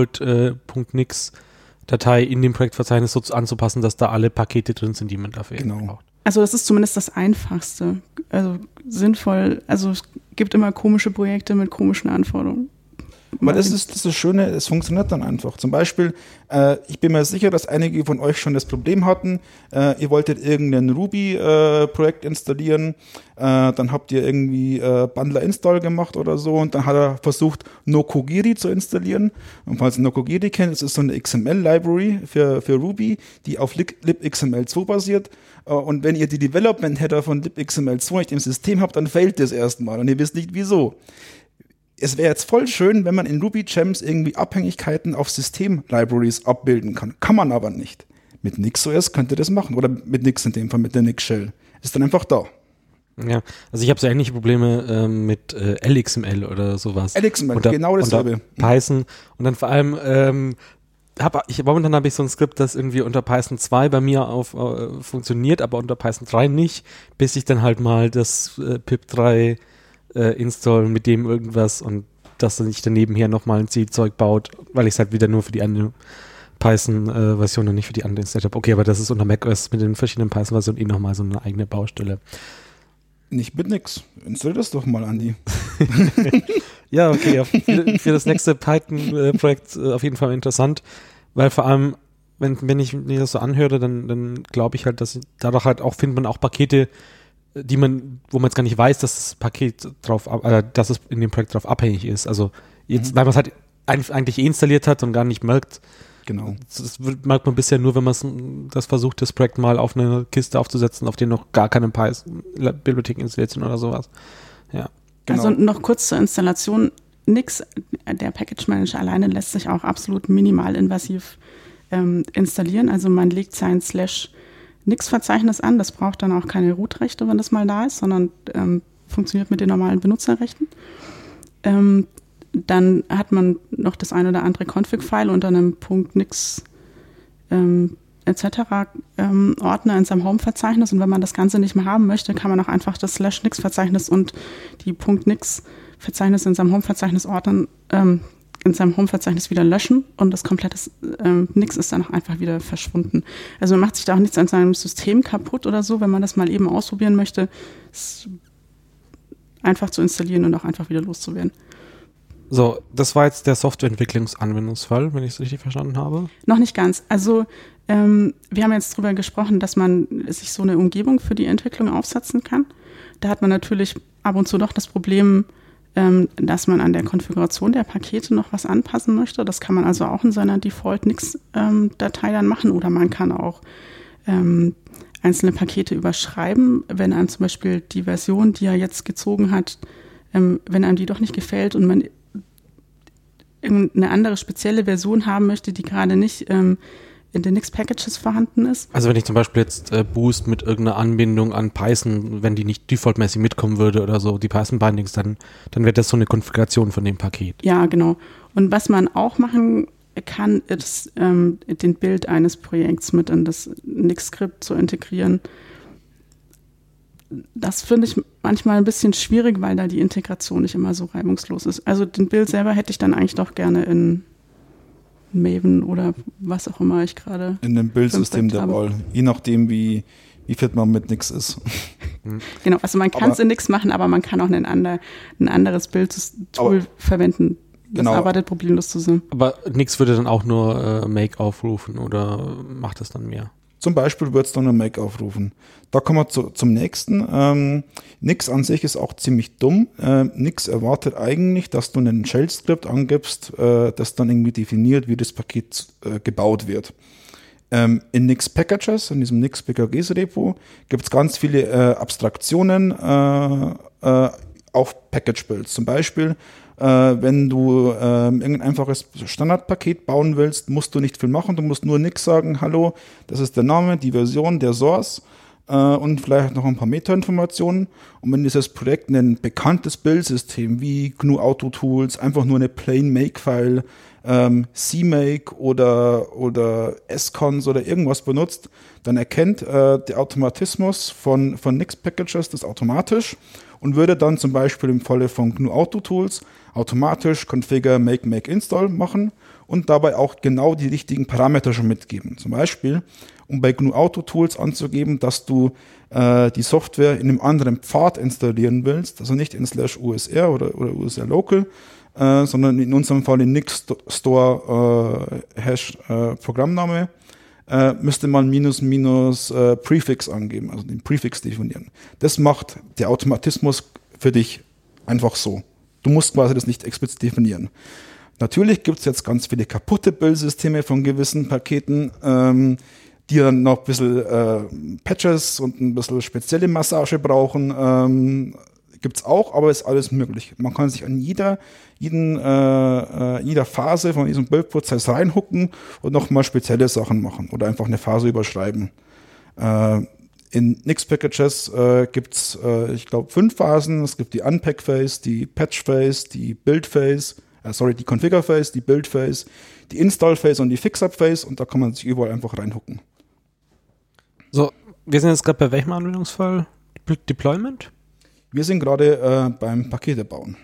Default.nix-Datei äh, in dem Projektverzeichnis so anzupassen, dass da alle Pakete drin sind, die man dafür Genau. braucht. Also das ist zumindest das Einfachste. Also sinnvoll, also es gibt immer komische Projekte mit komischen Anforderungen. Aber das ist das, ist das Schöne, es funktioniert dann einfach. Zum Beispiel, äh, ich bin mir sicher, dass einige von euch schon das Problem hatten, äh, ihr wolltet irgendein Ruby-Projekt äh, installieren, äh, dann habt ihr irgendwie äh, Bundler Install gemacht oder so und dann hat er versucht, Nokogiri zu installieren. Und falls ihr Nokogiri kennt, das ist so eine X M L-Library für, für Ruby, die auf libxml zwei basiert. Uh, und wenn ihr die Development-Header von libxml zwei nicht im System habt, dann failt das erstmal und ihr wisst nicht wieso. Es wäre jetzt voll schön, wenn man in RubyGems irgendwie Abhängigkeiten auf System-Libraries abbilden kann. Kann man aber nicht. Mit NixOS könnt ihr das machen. Oder mit Nix in dem Fall, mit der Nix-Shell. Ist dann einfach da. Ja, also ich habe so ähnliche Probleme ähm, mit äh, L X M L oder sowas. L X M L, unter, genau dasselbe. Python und dann vor allem ähm, hab, ich, momentan habe ich so ein Skript, das irgendwie unter Python zwei bei mir auf äh, funktioniert, aber unter Python drei nicht, bis ich dann halt mal das äh, pip drei äh, install mit dem irgendwas und das dann nicht daneben hier nochmal ein C-Zeug baut, weil ich es halt wieder nur für die andere Python-Version äh, und nicht für die andere installiert habe. Okay, aber das ist unter macOS mit den verschiedenen Python-Versionen eh nochmal so eine eigene Baustelle. Nicht mit nix. Installier das doch mal, Andi. Ja, okay. Ja, für, für das nächste Python-Projekt äh, auf jeden Fall interessant, weil vor allem, wenn, wenn ich mir das so anhöre, dann, dann glaube ich halt, dass dadurch halt auch findet man auch Pakete, die man, wo man jetzt gar nicht weiß, dass das Paket drauf, äh, dass es in dem Projekt drauf abhängig ist. Also jetzt, mhm. weil man es halt ein, eigentlich installiert hat und gar nicht merkt. Genau. Das merkt man bisher nur, wenn man das versucht, das Projekt mal auf eine Kiste aufzusetzen, auf der noch gar keine Python-Bibliothek installiert sind oder sowas. Ja. Genau. Also noch kurz zur Installation. Nix, der Package Manager alleine lässt sich auch absolut minimal invasiv ähm, installieren. Also man legt sein Slash Nix-Verzeichnis an. Das braucht dann auch keine Root-Rechte, wenn das mal da ist, sondern ähm, funktioniert mit den normalen Benutzerrechten. Ähm, Dann hat man noch das ein oder andere Config-File unter einem .nix ähm, et cetera Ähm, Ordner in seinem Home-Verzeichnis und wenn man das Ganze nicht mehr haben möchte, kann man auch einfach das Slash Nix-Verzeichnis und die .nix-Verzeichnis in seinem Home-Verzeichnis ordnen, ähm, in seinem Home-Verzeichnis wieder löschen und das komplette ähm, Nix ist dann auch einfach wieder verschwunden. Also man macht sich da auch nichts an seinem System kaputt oder so, wenn man das mal eben ausprobieren möchte, ist einfach zu installieren und auch einfach wieder loszuwerden. So, das war jetzt der Softwareentwicklungsanwendungsfall, wenn ich es richtig verstanden habe. Noch nicht ganz. Also ähm, wir haben jetzt darüber gesprochen, dass man sich so eine Umgebung für die Entwicklung aufsetzen kann. Da hat man natürlich ab und zu doch das Problem, ähm, dass man an der Konfiguration der Pakete noch was anpassen möchte. Das kann man also auch in seiner Default-Nix-Datei dann machen oder man kann auch ähm, einzelne Pakete überschreiben, wenn einem zum Beispiel die Version, die er jetzt gezogen hat, ähm, wenn einem die doch nicht gefällt und man irgendeine andere spezielle Version haben möchte, die gerade nicht ähm, in den Nix-Packages vorhanden ist. Also wenn ich zum Beispiel jetzt äh, Boost mit irgendeiner Anbindung an Python, wenn die nicht defaultmäßig mitkommen würde oder so, die Python-Bindings, dann, dann wäre das so eine Konfiguration von dem Paket. Ja, genau. Und was man auch machen kann, ist ähm, den Build eines Projekts mit in das Nix-Skript zu integrieren. Das finde ich manchmal ein bisschen schwierig, weil da die Integration nicht immer so reibungslos ist. Also den Build selber hätte ich dann eigentlich doch gerne in Maven oder was auch immer ich gerade in dem Bildsystem der Wahl, je nachdem wie, wie fit man mit Nix ist. Genau, also man kann es in Nix machen, aber man kann auch ein, ander, ein anderes Bild-Tool verwenden. Das genau. arbeitet problemlos zusammen. Aber Nix würde dann auch nur äh, Make aufrufen oder macht das dann mehr? Zum Beispiel wird es dann ein Make aufrufen. Da kommen wir zu, zum nächsten. Ähm, Nix an sich ist auch ziemlich dumm. Äh, Nix erwartet eigentlich, dass du ein Shell-Skript angibst, äh, das dann irgendwie definiert, wie das Paket äh, gebaut wird. Ähm, in Nix Packages, in diesem Nix P K Gs-Repo, gibt es ganz viele äh, Abstraktionen äh, äh, auf Package-Builds. Zum Beispiel, Äh, wenn du äh, irgendein einfaches Standardpaket bauen willst, musst du nicht viel machen. Du musst nur Nix sagen, hallo, das ist der Name, die Version, der Source äh, und vielleicht noch ein paar Metainformationen. Und wenn dieses Projekt ein bekanntes Build-System wie G N U Auto Tools, einfach nur eine plain Make-File, ähm, C Make oder, oder S Cons oder irgendwas benutzt, dann erkennt äh, der Automatismus von, von Nix-Packages das automatisch und würde dann zum Beispiel im Falle von G N U Auto Tools automatisch Configure Make Make Install machen und dabei auch genau die richtigen Parameter schon mitgeben. Zum Beispiel, um bei G N U Auto Tools anzugeben, dass du äh, die Software in einem anderen Pfad installieren willst, also nicht in slash U S R oder, oder U S R Local, äh, sondern in unserem Fall in Nix Store äh, Hash äh, Programmname, äh, müsste man minus minus äh, Prefix angeben, also den Prefix definieren. Das macht der Automatismus für dich einfach so. Du musst quasi das nicht explizit definieren. Natürlich gibt es jetzt ganz viele kaputte Build-Systeme von gewissen Paketen, ähm, die dann noch ein bisschen äh, Patches und ein bisschen spezielle Massage brauchen. Ähm, gibt es auch, aber ist alles möglich. Man kann sich an jeder, jeden, äh, jeder Phase von diesem Build-Prozess reinhucken und nochmal spezielle Sachen machen oder einfach eine Phase überschreiben. Äh, In Nix-Packages äh, gibt es, äh, ich glaube, fünf Phasen. Es gibt die Unpack-Phase, die Patch-Phase, die Build-Phase, äh, sorry, die Configure-Phase, die Build-Phase, die Install-Phase und die Fix-Up-Phase und da kann man sich überall einfach reinhucken. So, wir sind jetzt gerade bei welchem Anwendungsfall? Deployment? Wir sind gerade äh, beim Pakete bauen.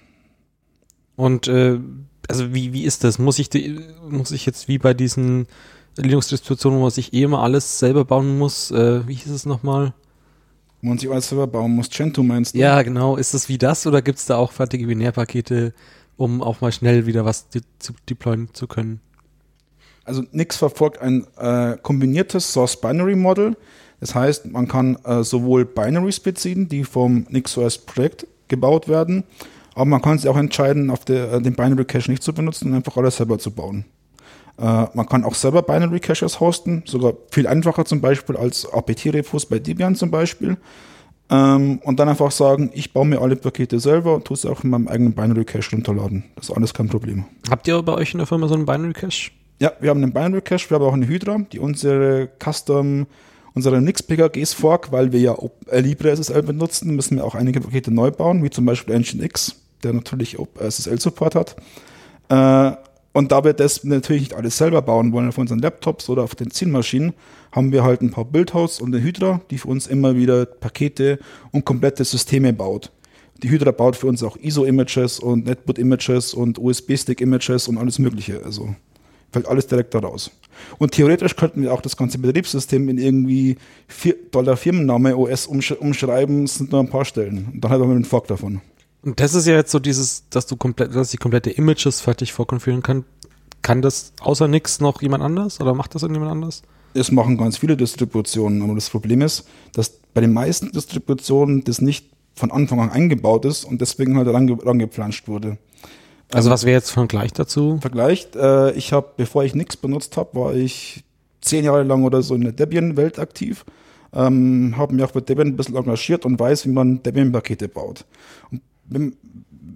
Und äh, also wie, wie ist das? Muss ich, die, muss ich jetzt wie bei diesen Linux-Distributionen, wo man sich eh immer alles selber bauen muss, äh, wie hieß es nochmal? Wo man sich alles selber bauen muss. Gentoo meinst du? Ja, genau. Ist das wie das oder gibt es da auch fertige Binärpakete, um auch mal schnell wieder was de- zu deployen zu können? Also Nix verfolgt ein äh, kombiniertes Source-Binary-Model. Das heißt, man kann äh, sowohl Binaries beziehen, die vom NixOS-Projekt gebaut werden, aber man kann sich auch entscheiden, auf der, äh, den Binary-Cache nicht zu benutzen und einfach alles selber zu bauen. Äh, man kann auch selber Binary-Caches hosten, sogar viel einfacher zum Beispiel als A P T-Repos bei Debian zum Beispiel. Ähm, und dann einfach sagen, ich baue mir alle Pakete selber und tue es auch in meinem eigenen Binary-Cache runterladen. Das ist alles kein Problem. Habt ihr bei euch in der Firma so einen Binary-Cache? Ja, wir haben einen Binary-Cache, wir haben auch eine Hydra, die unsere Custom, unsere Nix-P K Gs fork, weil wir ja äh, LibreSSL S S L benutzen, müssen wir auch einige Pakete neu bauen, wie zum Beispiel Nginx, der natürlich S S L-Support hat. Äh, Und da wir das natürlich nicht alles selber bauen wollen auf unseren Laptops oder auf den Zielmaschinen, haben wir halt ein paar Build-Hosts und eine Hydra, die für uns immer wieder Pakete und komplette Systeme baut. Die Hydra baut für uns auch I S O-Images und Netboot-Images und U S B-Stick-Images und alles mögliche. Also fällt alles direkt da raus. Und theoretisch könnten wir auch das ganze Betriebssystem in irgendwie vier Dollar Firmenname O S umsch- umschreiben. Es sind nur ein paar Stellen. Und dann haben wir einen Fork davon. Und das ist ja jetzt so dieses, dass du komplett, dass die komplette Images fertig vorkonfigurieren kann. Kann das außer Nix noch jemand anders oder macht das irgendjemand anders? Es machen ganz viele Distributionen, aber das Problem ist, dass bei den meisten Distributionen das nicht von Anfang an eingebaut ist und deswegen halt range- rangeplanscht wurde. Also was wäre jetzt von gleich dazu? Vergleicht, äh, ich habe, bevor ich Nix benutzt habe, war ich zehn Jahre lang oder so in der Debian-Welt aktiv, ähm, habe mich auch bei Debian ein bisschen engagiert und weiß, wie man Debian-Pakete baut. Und wenn,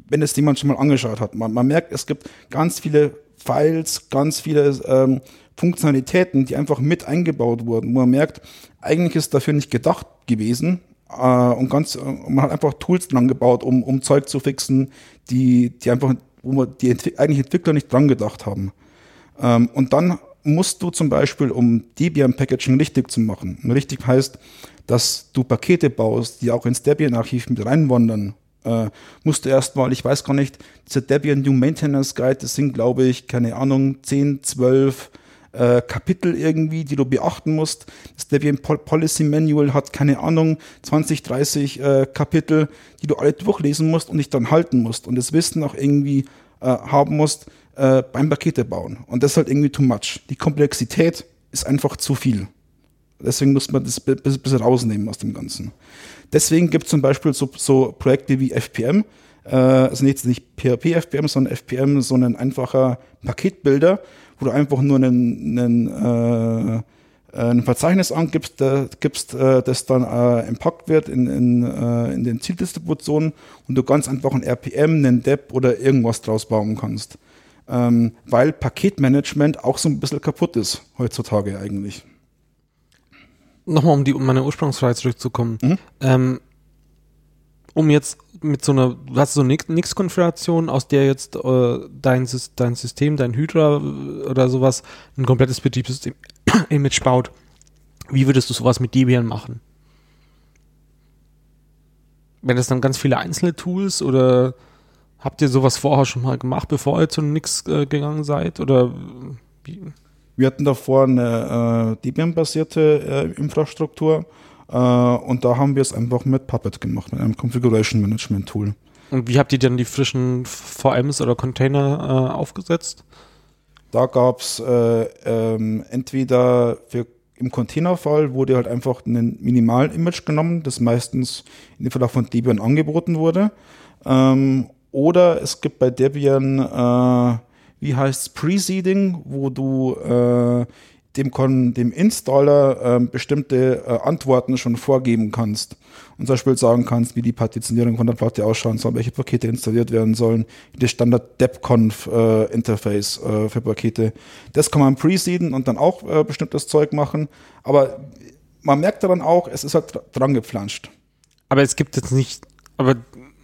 wenn es jemand schon mal angeschaut hat. Man, man merkt, es gibt ganz viele Files, ganz viele ähm, Funktionalitäten, die einfach mit eingebaut wurden, wo man merkt, eigentlich ist dafür nicht gedacht gewesen äh, und ganz, man hat einfach Tools dran gebaut, um, um Zeug zu fixen, die, die einfach, wo man die Entwick- eigentlich Entwickler nicht dran gedacht haben. Ähm, und dann musst du zum Beispiel, um Debian-Packaging richtig zu machen, und richtig heißt, dass du Pakete baust, die auch ins Debian-Archiv mit reinwandern, äh, musst du erstmal, ich weiß gar nicht, dieser Debian New Maintenance Guide, das sind, glaube ich, keine Ahnung, zehn, zwölf äh, Kapitel irgendwie, die du beachten musst. Das Debian Pol- Policy Manual hat, keine Ahnung, zwanzig, dreißig äh, Kapitel, die du alle durchlesen musst und dich dann halten musst und das Wissen auch irgendwie äh, haben musst äh, beim Pakete bauen. Und das ist halt irgendwie too much. Die Komplexität ist einfach zu viel. Deswegen muss man das ein bisschen rausnehmen aus dem Ganzen. Deswegen gibt es zum Beispiel so, so Projekte wie F P M, äh, also jetzt nicht P H P F P M, sondern F P M, so ein einfacher Paketbilder, wo du einfach nur einen, einen, äh, ein Verzeichnis angibst, äh, gibst, äh, das dann äh, empackt wird in, in, äh, in den Zieldistributionen und du ganz einfach ein R P M, einen Deb oder irgendwas draus bauen kannst. Ähm, weil Paketmanagement auch so ein bisschen kaputt ist heutzutage eigentlich. Nochmal, um, die, um meine Ursprungsfrage zurückzukommen. Mhm. Ähm, um jetzt mit so einer, du hast so eine Nix-Konfiguration, aus der jetzt äh, dein, dein System, dein Hydra oder sowas, ein komplettes Betriebssystem Image baut. Wie würdest du sowas mit Debian machen? Wären das dann ganz viele einzelne Tools oder habt ihr sowas vorher schon mal gemacht, bevor ihr zu Nix äh, gegangen seid? Oder wie? Wir hatten davor eine äh, Debian-basierte äh, Infrastruktur äh, und da haben wir es einfach mit Puppet gemacht, mit einem Configuration Management Tool. Und wie habt ihr dann die frischen V Ms oder Container äh, aufgesetzt? Da gab es äh, ähm, entweder für, im Containerfall wurde halt einfach ein Minimal-Image genommen, das meistens in dem Fall auch von Debian angeboten wurde. Ähm, oder es gibt bei Debian äh, wie heißt es, Preceding, wo du äh, dem, Kon- dem Installer äh, bestimmte äh, Antworten schon vorgeben kannst. Und zum Beispiel sagen kannst, wie die Partitionierung von der Platte ausschauen soll, welche Pakete installiert werden sollen, wie das Standard-Debconf-Interface äh, äh, für Pakete. Das kann man preceden und dann auch äh, bestimmtes Zeug machen. Aber man merkt daran auch, es ist halt dran gepflanscht. Aber es gibt jetzt nicht, aber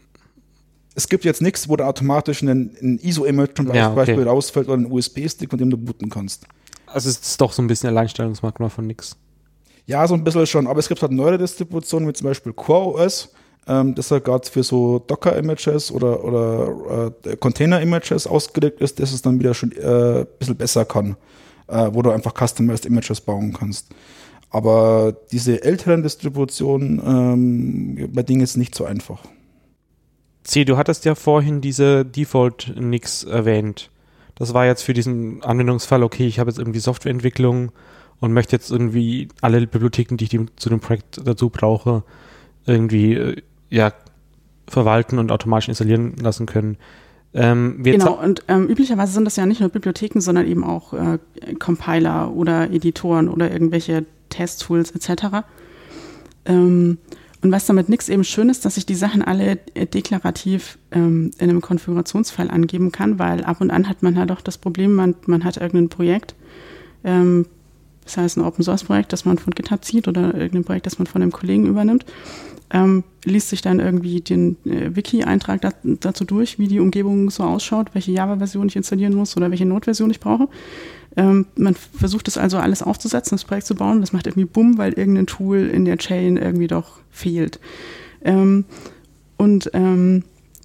es gibt jetzt nichts, wo da automatisch ein, ein I S O-Image zum ja, okay. Beispiel rausfällt oder ein U S B-Stick, von dem du booten kannst. Also es ist doch so ein bisschen Alleinstellungsmerkmal von Nix. Ja, so ein bisschen schon, aber es gibt halt neuere Distributionen, wie zum Beispiel CoreOS, ähm, das halt gerade für so Docker-Images oder, oder äh, Container-Images ausgelegt ist, das es dann wieder schon äh, ein bisschen besser kann, äh, wo du einfach Customized Images bauen kannst. Aber diese älteren Distributionen, ähm, bei denen ist es nicht so einfach. C, du hattest ja vorhin diese Default-Nix erwähnt. Das war jetzt für diesen Anwendungsfall, okay, ich habe jetzt irgendwie Softwareentwicklung und möchte jetzt irgendwie alle Bibliotheken, die ich die zu dem Projekt dazu brauche, irgendwie äh, ja, verwalten und automatisch installieren lassen können. Ähm, genau, und ähm, üblicherweise sind das ja nicht nur Bibliotheken, sondern eben auch äh, Compiler oder Editoren oder irgendwelche Testtools et cetera. Ähm, Und was damit Nix eben schön ist, dass ich die Sachen alle deklarativ ähm, in einem Konfigurationsfile angeben kann, weil ab und an hat man halt doch das Problem, man, man hat irgendein Projekt, ähm, das heißt ein Open-Source-Projekt, das man von GitHub zieht oder irgendein Projekt, das man von einem Kollegen übernimmt, ähm, liest sich dann irgendwie den äh, Wiki-Eintrag da, dazu durch, wie die Umgebung so ausschaut, welche Java-Version ich installieren muss oder welche Node-Version ich brauche. Ähm, man versucht das also alles aufzusetzen, das Projekt zu bauen. Das macht irgendwie Bumm, weil irgendein Tool in der Chain irgendwie doch fehlt. Ähm, und ähm,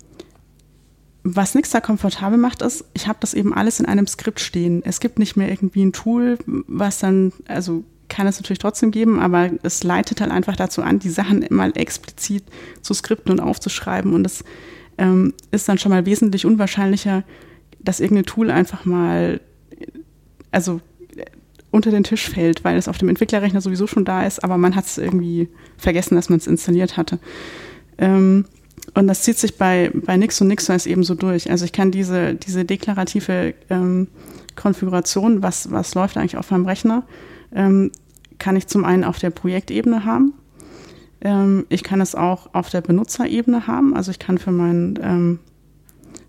was Nix da komfortabel macht, ist, ich habe das eben alles in einem Skript stehen. Es gibt nicht mehr irgendwie ein Tool, was dann, also kann es natürlich trotzdem geben, aber es leitet halt einfach dazu an, die Sachen mal explizit zu skripten und aufzuschreiben. Und das ähm, ist dann schon mal wesentlich unwahrscheinlicher, dass irgendein Tool einfach mal also unter den Tisch fällt, weil es auf dem Entwicklerrechner sowieso schon da ist, aber man hat es irgendwie vergessen, dass man es installiert hatte. Ähm, und das zieht sich bei, bei Nix und NixOS eben so durch. Also ich kann diese, diese deklarative ähm, Konfiguration, was, was läuft eigentlich auf meinem Rechner, ähm, kann ich zum einen auf der Projektebene haben. Ähm, ich kann es auch auf der Benutzerebene haben. Also ich kann für mein, ähm,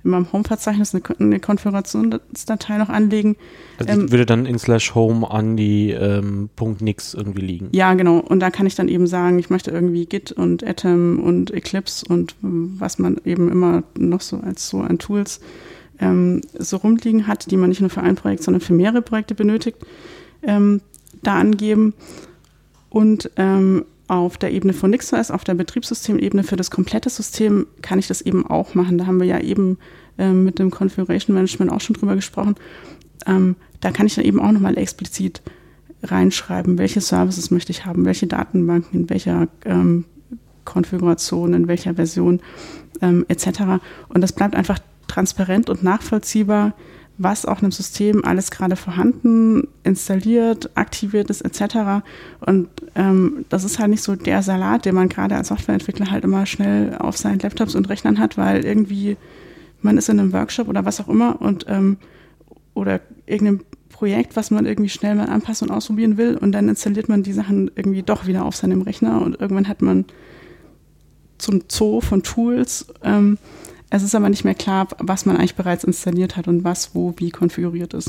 in meinem Home-Verzeichnis eine, eine Konfigurationsdatei noch anlegen. Also die ähm, würde dann in slash home an die ähm, .nix irgendwie liegen. Ja, genau. Und da kann ich dann eben sagen, ich möchte irgendwie Git und Atom und Eclipse und was man eben immer noch so als so an Tools ähm, so rumliegen hat, die man nicht nur für ein Projekt, sondern für mehrere Projekte benötigt, ähm, da angeben. Und ähm, auf der Ebene von NixOS, auf der Betriebssystemebene für das komplette System kann ich das eben auch machen. Da haben wir ja eben ähm, mit dem Configuration Management auch schon drüber gesprochen. Ähm, da kann ich dann eben auch nochmal explizit reinschreiben, welche Services möchte ich haben, welche Datenbanken, in welcher ähm, Konfiguration, in welcher Version ähm, et cetera. Und das bleibt einfach transparent und nachvollziehbar, was auf einem System alles gerade vorhanden, installiert, aktiviert ist et cetera. Und ähm, das ist halt nicht so der Salat, den man gerade als Softwareentwickler halt immer schnell auf seinen Laptops und Rechnern hat, weil irgendwie man ist in einem Workshop oder was auch immer und ähm, oder irgendeinem Projekt, was man irgendwie schnell mal anpassen und ausprobieren will und dann installiert man die Sachen irgendwie doch wieder auf seinem Rechner und irgendwann hat man so ein Zoo von Tools. Ähm, Es ist aber nicht mehr klar, was man eigentlich bereits installiert hat und was wo wie konfiguriert ist.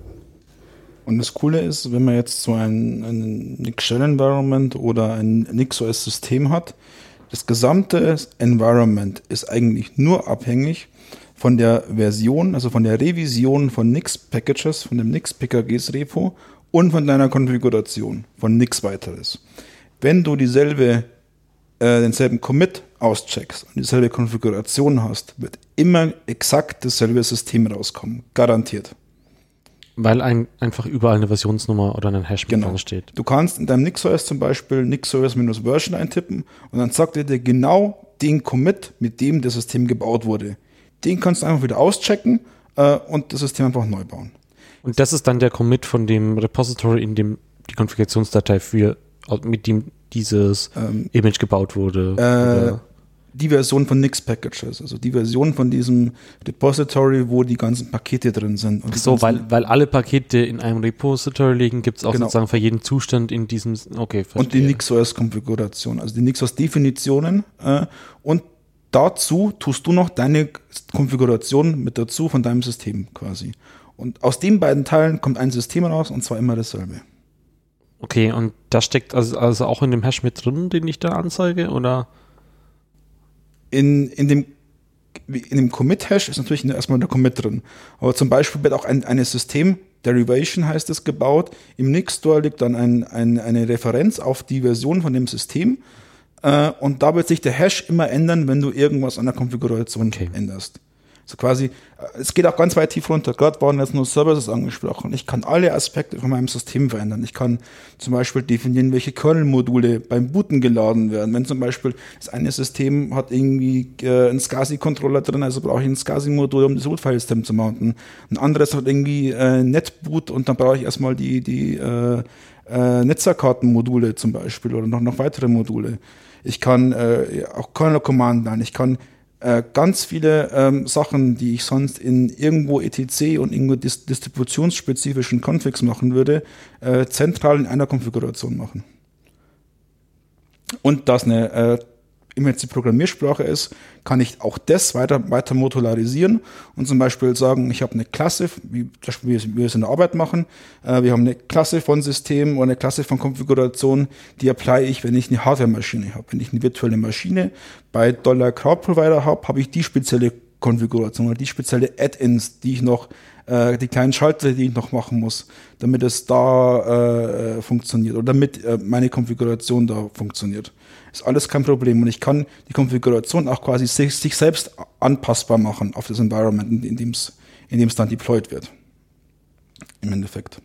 Und das Coole ist, wenn man jetzt so ein, ein Nix-Shell-Environment oder ein NixOS-System hat, das gesamte Environment ist eigentlich nur abhängig von der Version, also von der Revision von Nix-Packages, von dem Nix-P K Gs-Repo und von deiner Konfiguration, von nichts weiteres. Wenn du dieselbe äh, denselben Commit auscheckst und dieselbe Konfiguration hast, wird immer exakt dasselbe System rauskommen. Garantiert. Weil ein, einfach überall eine Versionsnummer oder ein Hash mit genau. dran steht. Du kannst in deinem NixOS zum Beispiel NixOS-Version eintippen und dann sagt er dir genau den Commit, mit dem das System gebaut wurde. Den kannst du einfach wieder auschecken äh, und das System einfach neu bauen. Und das ist dann der Commit von dem Repository, in dem die Konfigurationsdatei für, mit dem dieses ähm, Image gebaut wurde. Äh, die Version von Nix-Packages, also die Version von diesem Repository, wo die ganzen Pakete drin sind. Und Ach so, weil, weil alle Pakete in einem Repository liegen, gibt es auch genau. sozusagen für jeden Zustand in diesem, okay, verstehe. Und die NixOS-Konfiguration, also die NixOS-Definitionen äh, und dazu tust du noch deine Konfiguration mit dazu von deinem System quasi. Und aus den beiden Teilen kommt ein System raus und zwar immer dasselbe. Okay, und das steckt also, also auch in dem Hash mit drin, den ich da anzeige, oder? In, in dem, in dem Commit-Hash ist natürlich erstmal der Commit drin. Aber zum Beispiel wird auch ein, eine System-Derivation, heißt es, gebaut. Im Nix-Store liegt dann ein, ein, eine Referenz auf die Version von dem System. Äh, und da wird sich der Hash immer ändern, wenn du irgendwas an der Konfiguration okay. änderst. So quasi, es geht auch ganz weit tief runter. Gerade waren jetzt nur Services angesprochen. Ich kann alle Aspekte von meinem System verändern. Ich kann zum Beispiel definieren, welche Kernel-Module beim Booten geladen werden. Wenn zum Beispiel das eine System hat irgendwie äh, einen SCSI-Controller drin, also brauche ich ein SCSI-Modul, um das Root-File-System zu mounten. Ein anderes hat irgendwie äh, Netboot und dann brauche ich erstmal die, die äh, äh, Netzwerkkartenmodule zum Beispiel oder noch, noch weitere Module. Ich kann äh, auch Kernel-Command lernen. Ich kann Äh, ganz viele ähm, Sachen, die ich sonst in irgendwo E T C und irgendwo dis- distributionsspezifischen Configs machen würde, äh, zentral in einer Konfiguration machen. Und da es eine äh, immer jetzt die Programmiersprache ist, kann ich auch das weiter, weiter modularisieren und zum Beispiel sagen, ich habe eine Klasse, wie, wie wir es in der Arbeit machen, äh, wir haben eine Klasse von System oder eine Klasse von Konfiguration, die apply ich, wenn ich eine Hardware-Maschine habe. Wenn ich eine virtuelle Maschine bei Dollar Cloud Provider habe, habe ich die spezielle Konfiguration oder die spezielle Add-ins, die ich noch, äh, die kleinen Schalter, die ich noch machen muss, damit es da äh, funktioniert oder damit äh, meine Konfiguration da funktioniert. Ist alles kein Problem und ich kann die Konfiguration auch quasi sich, sich selbst anpassbar machen auf das Environment, in dem es in dem es dann deployed wird. Im Endeffekt.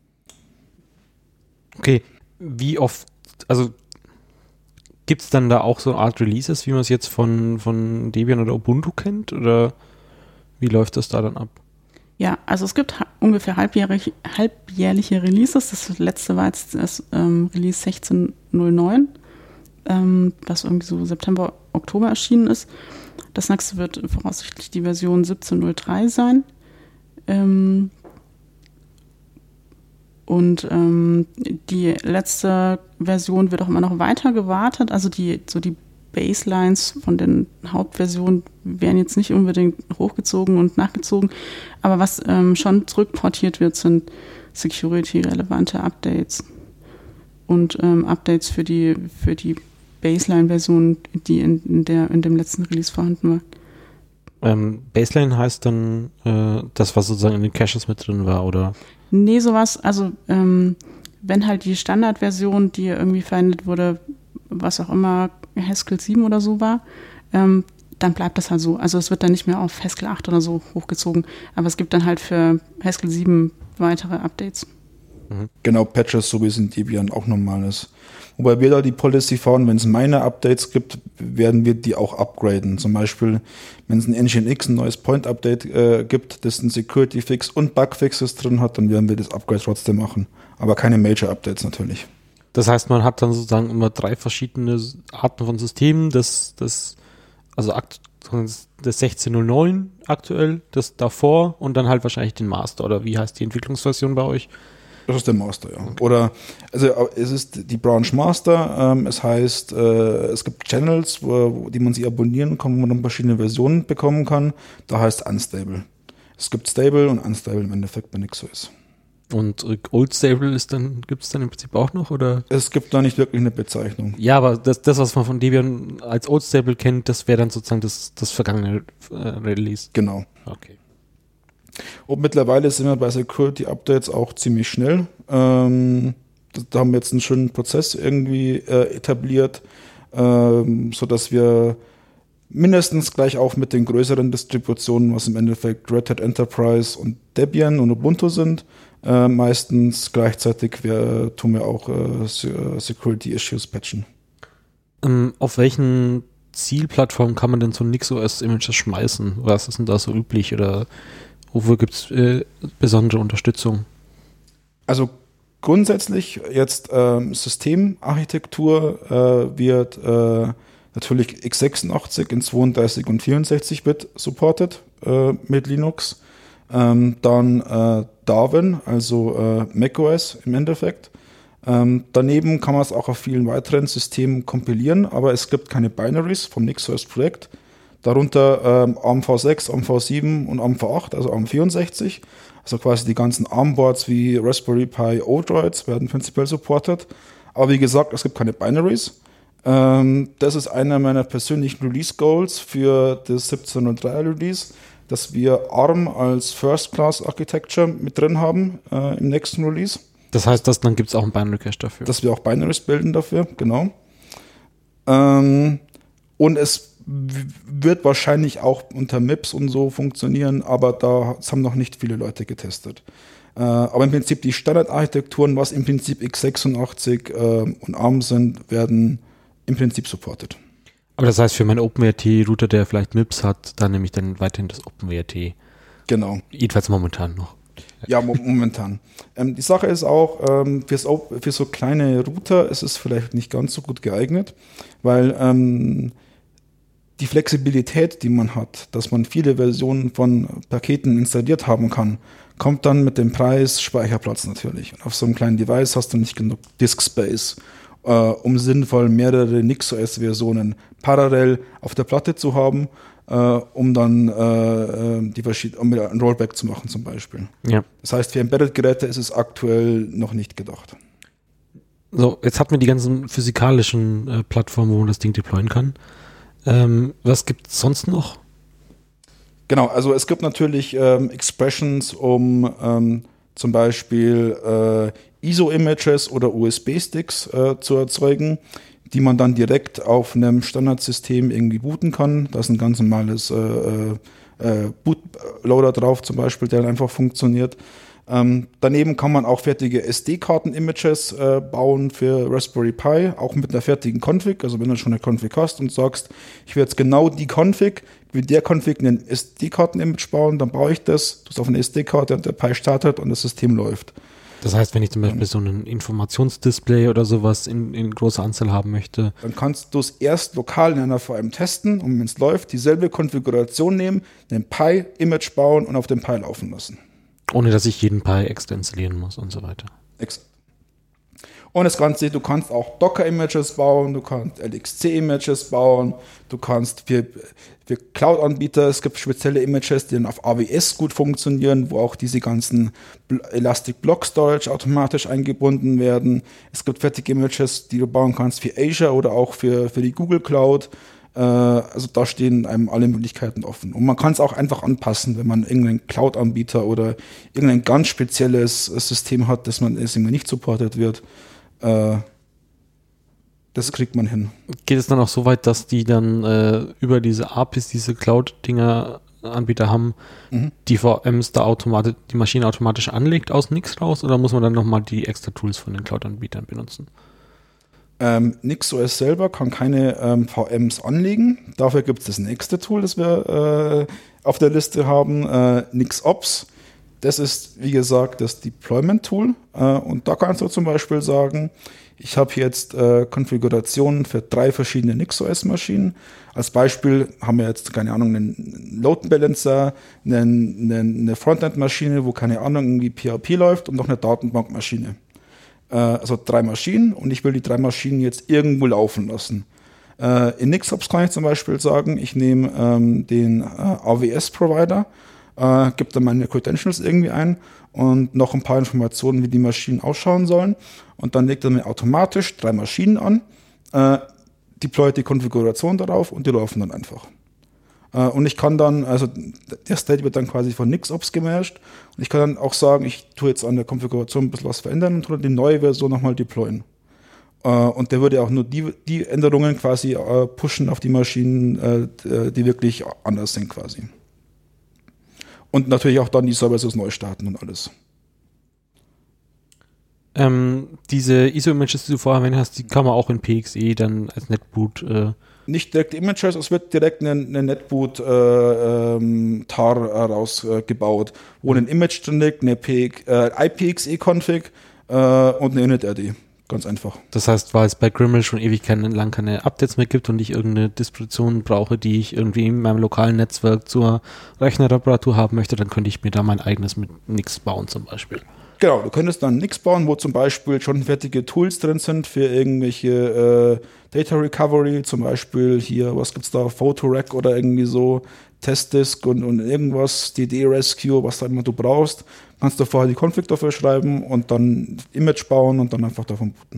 Okay, wie oft, also gibt es dann da auch so eine Art Releases, wie man es jetzt von, von Debian oder Ubuntu kennt? Oder wie läuft das da dann ab? Ja, also es gibt ha- ungefähr halbjährig, halbjährliche Releases. Das letzte war jetzt das ähm, Release sechzehn null neun, ähm, das irgendwie so September, Oktober erschienen ist. Das nächste wird voraussichtlich die Version siebzehn null drei sein. Ähm, Und ähm, die letzte Version wird auch immer noch weiter gewartet. Also die so die Baselines von den Hauptversionen werden jetzt nicht unbedingt hochgezogen und nachgezogen, aber was ähm, schon zurückportiert wird, sind security-relevante Updates und ähm, Updates für die, für die Baseline-Version, die in, in, der, in dem letzten Release vorhanden war. Ähm, Baseline heißt dann äh, das, was sozusagen in den Caches mit drin war, oder? Nee, sowas, also ähm, wenn halt die Standardversion, die irgendwie verändert wurde, was auch immer, Haskell sieben oder so war, ähm, dann bleibt das halt so. Also es wird dann nicht mehr auf Haskell acht oder so hochgezogen, aber es gibt dann halt für Haskell sieben weitere Updates. Mhm. Genau, Patches, so wie es in Debian auch normal ist. Wobei wir da die Policy fahren, wenn es meine Updates gibt, werden wir die auch upgraden. Zum Beispiel, wenn es ein Nginx, ein neues Point-Update äh, gibt, das ein Security-Fix und Bug-Fixes drin hat, dann werden wir das Upgrade trotzdem machen. Aber keine Major-Updates natürlich. Das heißt, man hat dann sozusagen immer drei verschiedene Arten von Systemen. Das, das, also akt, das sechzehn Punkt null neun aktuell, das davor und dann halt wahrscheinlich den Master. Oder wie heißt die Entwicklungsversion bei euch? Das ist der Master, ja. Okay. Oder, also es ist die Branch Master, ähm, es heißt, äh, es gibt Channels, wo, die man sich abonnieren kann, wo man dann verschiedene Versionen bekommen kann. Da heißt Unstable. Es gibt Stable und Unstable im Endeffekt, wenn nichts so ist. Und Old Stable ist dann, gibt es dann im Prinzip auch noch, oder? Es gibt da nicht wirklich eine Bezeichnung. Ja, aber das, das was man von Debian als Old Stable kennt, das wäre dann sozusagen das, das vergangene äh, Release. Genau. Okay. Und mittlerweile sind wir bei Security Updates auch ziemlich schnell. Ähm, da haben wir jetzt einen schönen Prozess irgendwie äh, etabliert, ähm, sodass wir mindestens gleich auch mit den größeren Distributionen, was im Endeffekt Red Hat Enterprise und Debian und Ubuntu sind, äh, meistens gleichzeitig wir, tun wir auch äh, Security Issues patchen. Ähm, auf welchen Zielplattformen kann man denn so NixOS-Images schmeißen? Was ist denn da so üblich oder wofür gibt es äh, besondere Unterstützung? Also grundsätzlich jetzt ähm, Systemarchitektur äh, wird äh, natürlich x sechsundachtzig in zweiunddreißig und vierundsechzig Bit supported äh, mit Linux. Ähm, dann äh, Darwin, also äh, macOS im Endeffekt. Ähm, daneben kann man es auch auf vielen weiteren Systemen kompilieren, aber es gibt keine Binaries vom NixOS-Projekt. Darunter ähm, A R M v sechs, A R M v sieben und A R M v acht, also A R M vierundsechzig. Also quasi die ganzen ARM-Boards wie Raspberry Pi Odroids werden prinzipiell supported. Aber wie gesagt, es gibt keine Binaries. Ähm, das ist einer meiner persönlichen Release-Goals für das siebzehn Punkt null drei Release, dass wir A R M als First-Class-Architecture mit drin haben äh, im nächsten Release. Das heißt, dass, dann gibt es auch einen Binary-Cache dafür. Dass wir auch Binaries bilden dafür, genau. Ähm, und es wird wahrscheinlich auch unter M I P S und so funktionieren, aber da haben noch nicht viele Leute getestet. Äh, aber im Prinzip die Standardarchitekturen, was im Prinzip x sechsundachtzig äh, und A R M sind, werden im Prinzip supported. Aber das heißt, für meinen OpenWrt-Router, der vielleicht M I P S hat, dann nehme ich dann weiterhin das OpenWrt. Genau. Jedenfalls momentan noch. Ja, mo- momentan. ähm, die Sache ist auch, ähm, fürs, für so kleine Router ist es vielleicht nicht ganz so gut geeignet, weil ähm, die Flexibilität, die man hat, dass man viele Versionen von Paketen installiert haben kann, kommt dann mit dem Preis Speicherplatz natürlich. Und auf so einem kleinen Device hast du nicht genug Disk Space, äh, um sinnvoll mehrere NixOS-Versionen parallel auf der Platte zu haben, äh, um dann äh, die verschiedenen, um ein Rollback zu machen zum Beispiel. Ja. Das heißt, für Embedded-Geräte ist es aktuell noch nicht gedacht. So, jetzt hatten wir die ganzen physikalischen äh, Plattformen, wo man das Ding deployen kann. Ähm, was gibt es sonst noch? Genau, also es gibt natürlich ähm, Expressions, um ähm, zum Beispiel äh, I S O-Images oder U S B-Sticks äh, zu erzeugen, die man dann direkt auf einem Standardsystem irgendwie booten kann. Da ist ein ganz normales äh, äh, Bootloader drauf zum Beispiel, der dann einfach funktioniert. Ähm, daneben kann man auch fertige S D-Karten-Images äh, bauen für Raspberry Pi, auch mit einer fertigen Config. Also wenn du schon eine Config hast und sagst, ich will jetzt genau die Config, mit der Config ein S D-Karten-Image bauen, dann baue ich das, du hast auf eine S D-Karte und der Pi startet und das System läuft. Das heißt, wenn ich zum Beispiel so ein Informationsdisplay oder sowas in, in großer Anzahl haben möchte, dann kannst du es erst lokal in einer V M testen und wenn es läuft, dieselbe Konfiguration nehmen, ein Pi-Image bauen und auf dem Pi laufen lassen. Ohne dass ich jeden Pi extra installieren muss und so weiter. Exakt. Und das Ganze, du kannst auch Docker-Images bauen, du kannst L X C-Images bauen, du kannst für, für Cloud-Anbieter, es gibt spezielle Images, die dann auf A W S gut funktionieren, wo auch diese ganzen Elastic Block Storage automatisch eingebunden werden. Es gibt fertige Images, die du bauen kannst für Azure oder auch für, für die Google Cloud. Äh, also da stehen einem alle Möglichkeiten offen. Und man kann es auch einfach anpassen, wenn man irgendeinen Cloud-Anbieter oder irgendein ganz spezielles System hat, das man das irgendwie nicht supportet wird. Das kriegt man hin. Geht es dann auch so weit, dass die dann äh, über diese A P Is, diese Cloud-Dinger Anbieter haben, mhm. die V Ms da automatisch, die Maschine automatisch anlegt aus nix raus, oder muss man dann nochmal die extra Tools von den Cloud-Anbietern benutzen? Ähm, NixOS selber kann keine ähm, V Ms anlegen. Dafür gibt es das nächste Tool, das wir äh, auf der Liste haben, äh, NixOps. Das ist, wie gesagt, das Deployment-Tool. Äh, und da kannst du zum Beispiel sagen, ich habe jetzt äh, Konfigurationen für drei verschiedene NixOS-Maschinen. Als Beispiel haben wir jetzt, keine Ahnung, einen Load Balancer, eine, eine, eine Frontend-Maschine, wo, keine Ahnung, irgendwie P H P läuft, und noch eine Datenbankmaschine. Äh, also drei Maschinen, und ich will die drei Maschinen jetzt irgendwo laufen lassen. Äh, in NixOps kann ich zum Beispiel sagen, ich nehme ähm, den äh, A W S-Provider, Äh, gibt dann meine Credentials irgendwie ein und noch ein paar Informationen, wie die Maschinen ausschauen sollen. Und dann legt er mir automatisch drei Maschinen an, äh, deployt die Konfiguration darauf, und die laufen dann einfach. Äh, und ich kann dann, also der State wird dann quasi von NixOps gemanagt, und ich kann dann auch sagen, ich tue jetzt an der Konfiguration ein bisschen was verändern und tue die neue Version nochmal deployen. Äh, und der würde auch nur die, die Änderungen quasi äh, pushen auf die Maschinen, äh, die wirklich anders sind quasi. Und natürlich auch dann die Services neu starten und alles. Ähm, diese I S O-Images, die du vorher erwähnt hast, die kann man auch in P X E dann als Netboot äh Nicht direkt Images, es wird direkt eine, eine Netboot-Tar äh, ähm, rausgebaut, äh, wo ein Image drin liegt, eine P äh, I P X E-Config äh, und eine Init-R D. Ganz einfach. Das heißt, weil es bei Grimmel schon ewig keine, lang keine Updates mehr gibt und ich irgendeine Distribution brauche, die ich irgendwie in meinem lokalen Netzwerk zur Rechnerreparatur haben möchte, dann könnte ich mir da mein eigenes mit Nix bauen zum Beispiel. Genau, du könntest dann Nix bauen, wo zum Beispiel schon fertige Tools drin sind für irgendwelche äh, Data Recovery, zum Beispiel hier, was gibt's da, Photorack oder irgendwie so, Testdisk und, und irgendwas, D D Rescue, was da immer du brauchst. Kannst du vorher die Config dafür schreiben und dann Image bauen und dann einfach davon booten.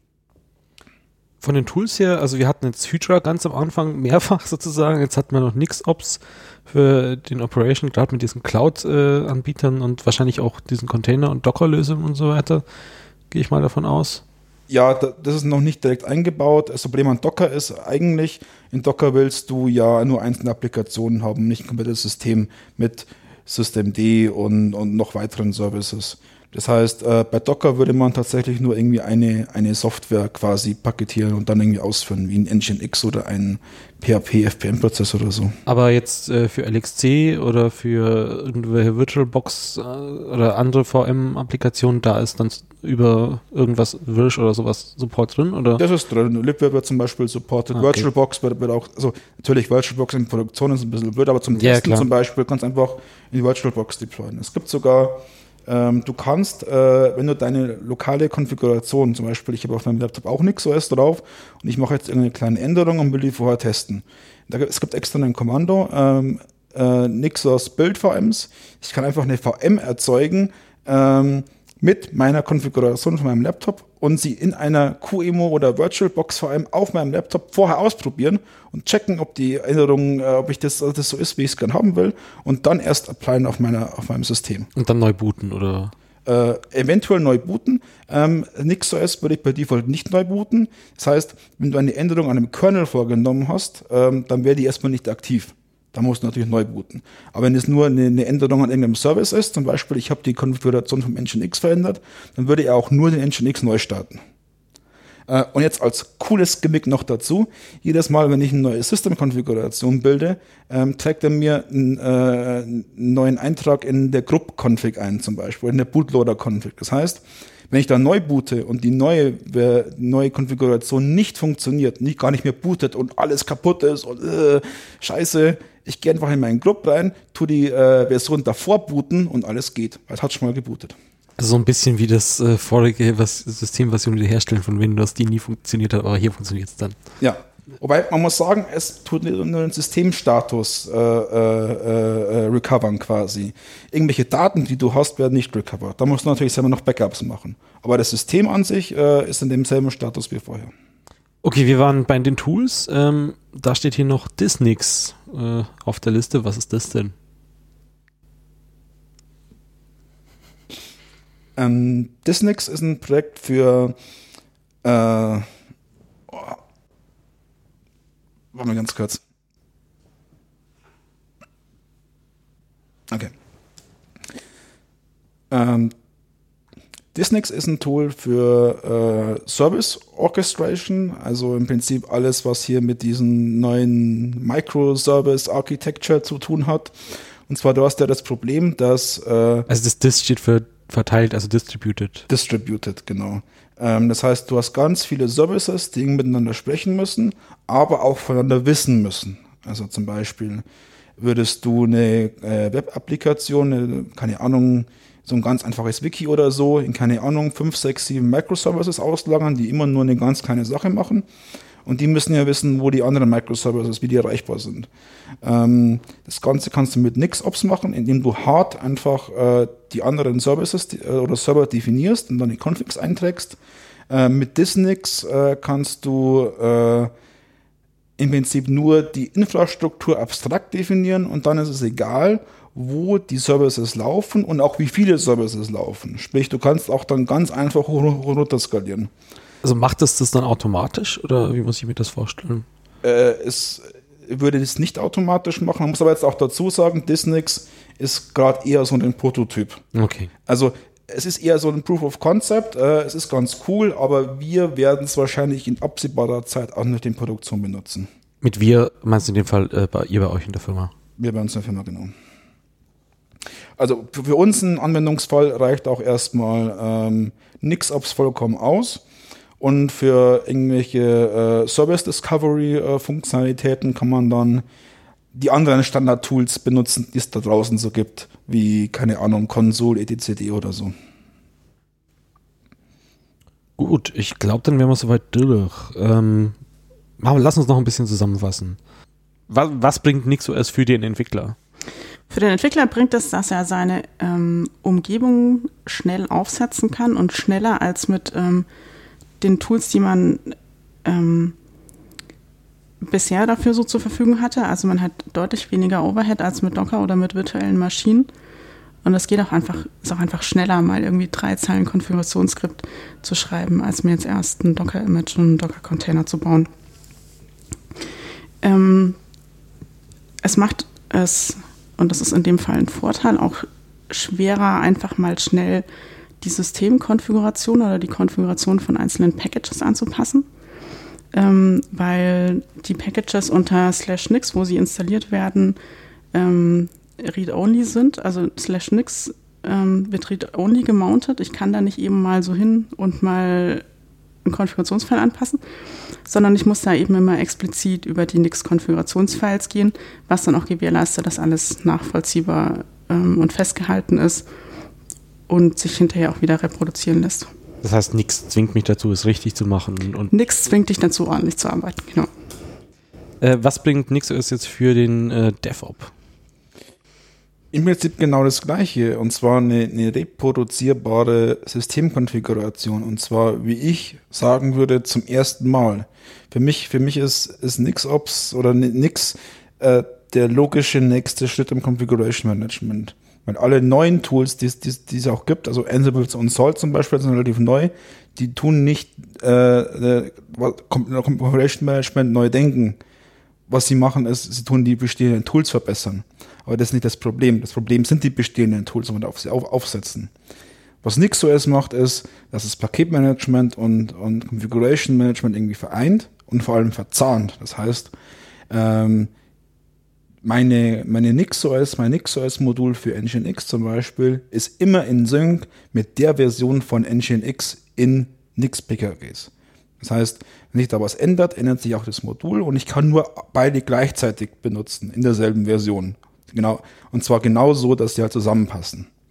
Von den Tools her, also wir hatten jetzt Hydra ganz am Anfang mehrfach sozusagen, jetzt hatten wir noch NixOps für den Operation, gerade mit diesen Cloud-Anbietern äh, und wahrscheinlich auch diesen Container- und Docker-Lösungen und so weiter, gehe ich mal davon aus. Ja, das ist noch nicht direkt eingebaut. Das Problem an Docker ist eigentlich, in Docker willst du ja nur einzelne Applikationen haben, nicht ein komplettes System mit Systemd und, und noch weiteren Services. Das heißt, äh, bei Docker würde man tatsächlich nur irgendwie eine, eine Software quasi paketieren und dann irgendwie ausführen, wie ein Nginx oder ein P H P F P M-Prozessor oder so. Aber jetzt äh, für L X C oder für irgendwelche VirtualBox äh, oder andere V M-Applikationen, da ist dann über irgendwas Virch oder sowas Support drin, oder? Das ist drin. LibWare wird zum Beispiel supported. Okay. VirtualBox wird, wird auch, also natürlich VirtualBox in Produktion ist ein bisschen blöd, aber zum Testen ja, zum Beispiel kannst du einfach in die VirtualBox deployen. Es gibt sogar Ähm, du kannst, äh, wenn du deine lokale Konfiguration, zum Beispiel, ich habe auf meinem Laptop auch NixOS drauf und ich mache jetzt irgendeine kleine Änderung und will die vorher testen. Da, es gibt extra ein Kommando, ähm, äh, NixOS Build V Ms. Ich kann einfach eine V M erzeugen ähm, mit meiner Konfiguration von meinem Laptop und sie in einer Q E M O oder VirtualBox V M auf meinem Laptop vorher ausprobieren und checken, ob die Änderung, äh, ob ich das, das so ist, wie ich es gerne haben will, und dann erst applyen auf meiner, auf meinem System. Und dann neu booten, oder? Äh, eventuell neu booten. Ähm, NixOS würde ich bei Default nicht neu booten. Das heißt, wenn du eine Änderung an einem Kernel vorgenommen hast, ähm, dann wäre die erstmal nicht aktiv. Da musst du natürlich neu booten. Aber wenn es nur eine, eine Änderung an irgendeinem Service ist, zum Beispiel, ich habe die Konfiguration vom Nginx verändert, dann würde er auch nur den Nginx neu starten. Äh, und jetzt als cooles Gimmick noch dazu, jedes Mal, wenn ich eine neue System-Konfiguration bilde, ähm, trägt er mir einen, äh, einen neuen Eintrag in der Group-Config ein, zum Beispiel, in der Bootloader-Config. Das heißt, wenn ich da neu boote und die neue, die neue Konfiguration nicht funktioniert, nicht, gar nicht mehr bootet und alles kaputt ist und äh, scheiße, ich gehe einfach in meinen Group rein, tu die äh, Version davor booten und alles geht, weil es hat schon mal gebootet. Also so ein bisschen wie das äh, vorige was, Systemversion wiederherstellen von Windows, die nie funktioniert hat, aber hier funktioniert es dann. Ja, wobei man muss sagen, es tut nur den Systemstatus äh, äh, äh, recovern quasi. Irgendwelche Daten, die du hast, werden nicht recovered. Da musst du natürlich selber noch Backups machen. Aber das System an sich äh, ist in demselben Status wie vorher. Okay, wir waren bei den Tools. Ähm, da steht hier noch Dysnix äh, auf der Liste. Was ist das denn? Ähm, Dysnix ist ein Projekt für äh, oh, warte mal ganz kurz. Okay. Ähm, Dysnix ist ein Tool für äh, Service Orchestration, also im Prinzip alles, was hier mit diesen neuen Microservice Architecture zu tun hat. Und zwar, du hast ja das Problem, dass äh, also das Dist steht für verteilt, also distributed. Distributed, genau. Ähm, das heißt, du hast ganz viele Services, die miteinander sprechen müssen, aber auch voneinander wissen müssen. Also zum Beispiel würdest du eine äh, Web-Applikation, eine, keine Ahnung, so ein ganz einfaches Wiki oder so, in keine Ahnung, fünf, sechs, sieben Microservices auslagern, die immer nur eine ganz kleine Sache machen. Und die müssen ja wissen, wo die anderen Microservices, wie die erreichbar sind. Ähm, das Ganze kannst du mit NixOps machen, indem du hart einfach äh, die anderen Services die, äh, oder Server definierst und dann die Configs einträgst. Äh, mit Dysnix äh, kannst du äh, im Prinzip nur die Infrastruktur abstrakt definieren und dann ist es egal, wo die Services laufen und auch wie viele Services laufen. Sprich, du kannst auch dann ganz einfach hoch und runter skalieren. Also macht das das dann automatisch oder wie muss ich mir das vorstellen? Äh, es würde das nicht automatisch machen. Man muss aber jetzt auch dazu sagen, Dysnix ist gerade eher so ein Prototyp. Okay. Also es ist eher so ein Proof of Concept. Äh, es ist ganz cool, aber wir werden es wahrscheinlich in absehbarer Zeit auch nicht in Produktion benutzen. Mit wir meinst du in dem Fall äh, bei, ihr bei euch in der Firma? Wir bei uns in der Firma, genau. Also für, für uns ein Anwendungsfall reicht auch erstmal ähm, NixOps vollkommen aus. Und für irgendwelche äh, Service Discovery äh, Funktionalitäten kann man dann die anderen Standard-Tools benutzen, die es da draußen so gibt, wie, keine Ahnung, Console, etcd oder so. Gut, ich glaube, dann wären wir soweit durch. Ähm, lass uns noch ein bisschen zusammenfassen. Was, was bringt NixOS für den Entwickler? Für den Entwickler bringt es, dass er seine ähm, Umgebung schnell aufsetzen kann und schneller als mit ähm, den Tools, die man ähm, bisher dafür so zur Verfügung hatte. Also man hat deutlich weniger Overhead als mit Docker oder mit virtuellen Maschinen. Und es geht auch einfach, ist auch einfach schneller, mal irgendwie drei Zeilen Konfigurationsskript zu schreiben, als mir jetzt erst ein Docker-Image und einen Docker-Container zu bauen. Ähm, es macht es, und das ist in dem Fall ein Vorteil, auch schwerer, einfach mal schnell die Systemkonfiguration oder die Konfiguration von einzelnen Packages anzupassen, ähm, weil die Packages unter slash nix, wo sie installiert werden, ähm, read-only sind. Also slash nix ähm, wird read-only gemountet. Ich kann da nicht eben mal so hin und mal einen Konfigurationsfile anpassen, sondern ich muss da eben immer explizit über die Nix-Konfigurationsfiles gehen, was dann auch gewährleistet, dass alles nachvollziehbar ähm, und festgehalten ist und sich hinterher auch wieder reproduzieren lässt. Das heißt, nichts zwingt mich dazu, es richtig zu machen. Und nichts zwingt dich dazu, ordentlich zu arbeiten, genau. Äh, was bringt NixOS jetzt für den äh, DevOps? Im Prinzip genau das Gleiche, und zwar eine, eine reproduzierbare Systemkonfiguration, und zwar, wie ich sagen würde, zum ersten Mal. Für mich, für mich ist, ist NixOps oder Nix äh, der logische nächste Schritt im Configuration Management. Weil alle neuen Tools, die, die, die es auch gibt, also Ansible und Salt zum Beispiel, sind relativ neu, die tun nicht äh, Configuration Management neu denken. Was sie machen, ist, sie tun die bestehenden Tools verbessern. Aber das ist nicht das Problem. Das Problem sind die bestehenden Tools, und auf sie auf, aufsetzen. Was NixOS macht, ist, dass es Paketmanagement und, und Configuration Management irgendwie vereint und vor allem verzahnt. Das heißt, ähm, meine, meine NixOS, mein NixOS-Modul für Nginx zum Beispiel, ist immer in Sync mit der Version von Nginx in Nix-P K Gs. Das heißt, wenn sich da was ändert, ändert sich auch das Modul, und ich kann nur beide gleichzeitig benutzen in derselben Version. Genau. Und zwar genau so, dass sie halt zusammenpassen.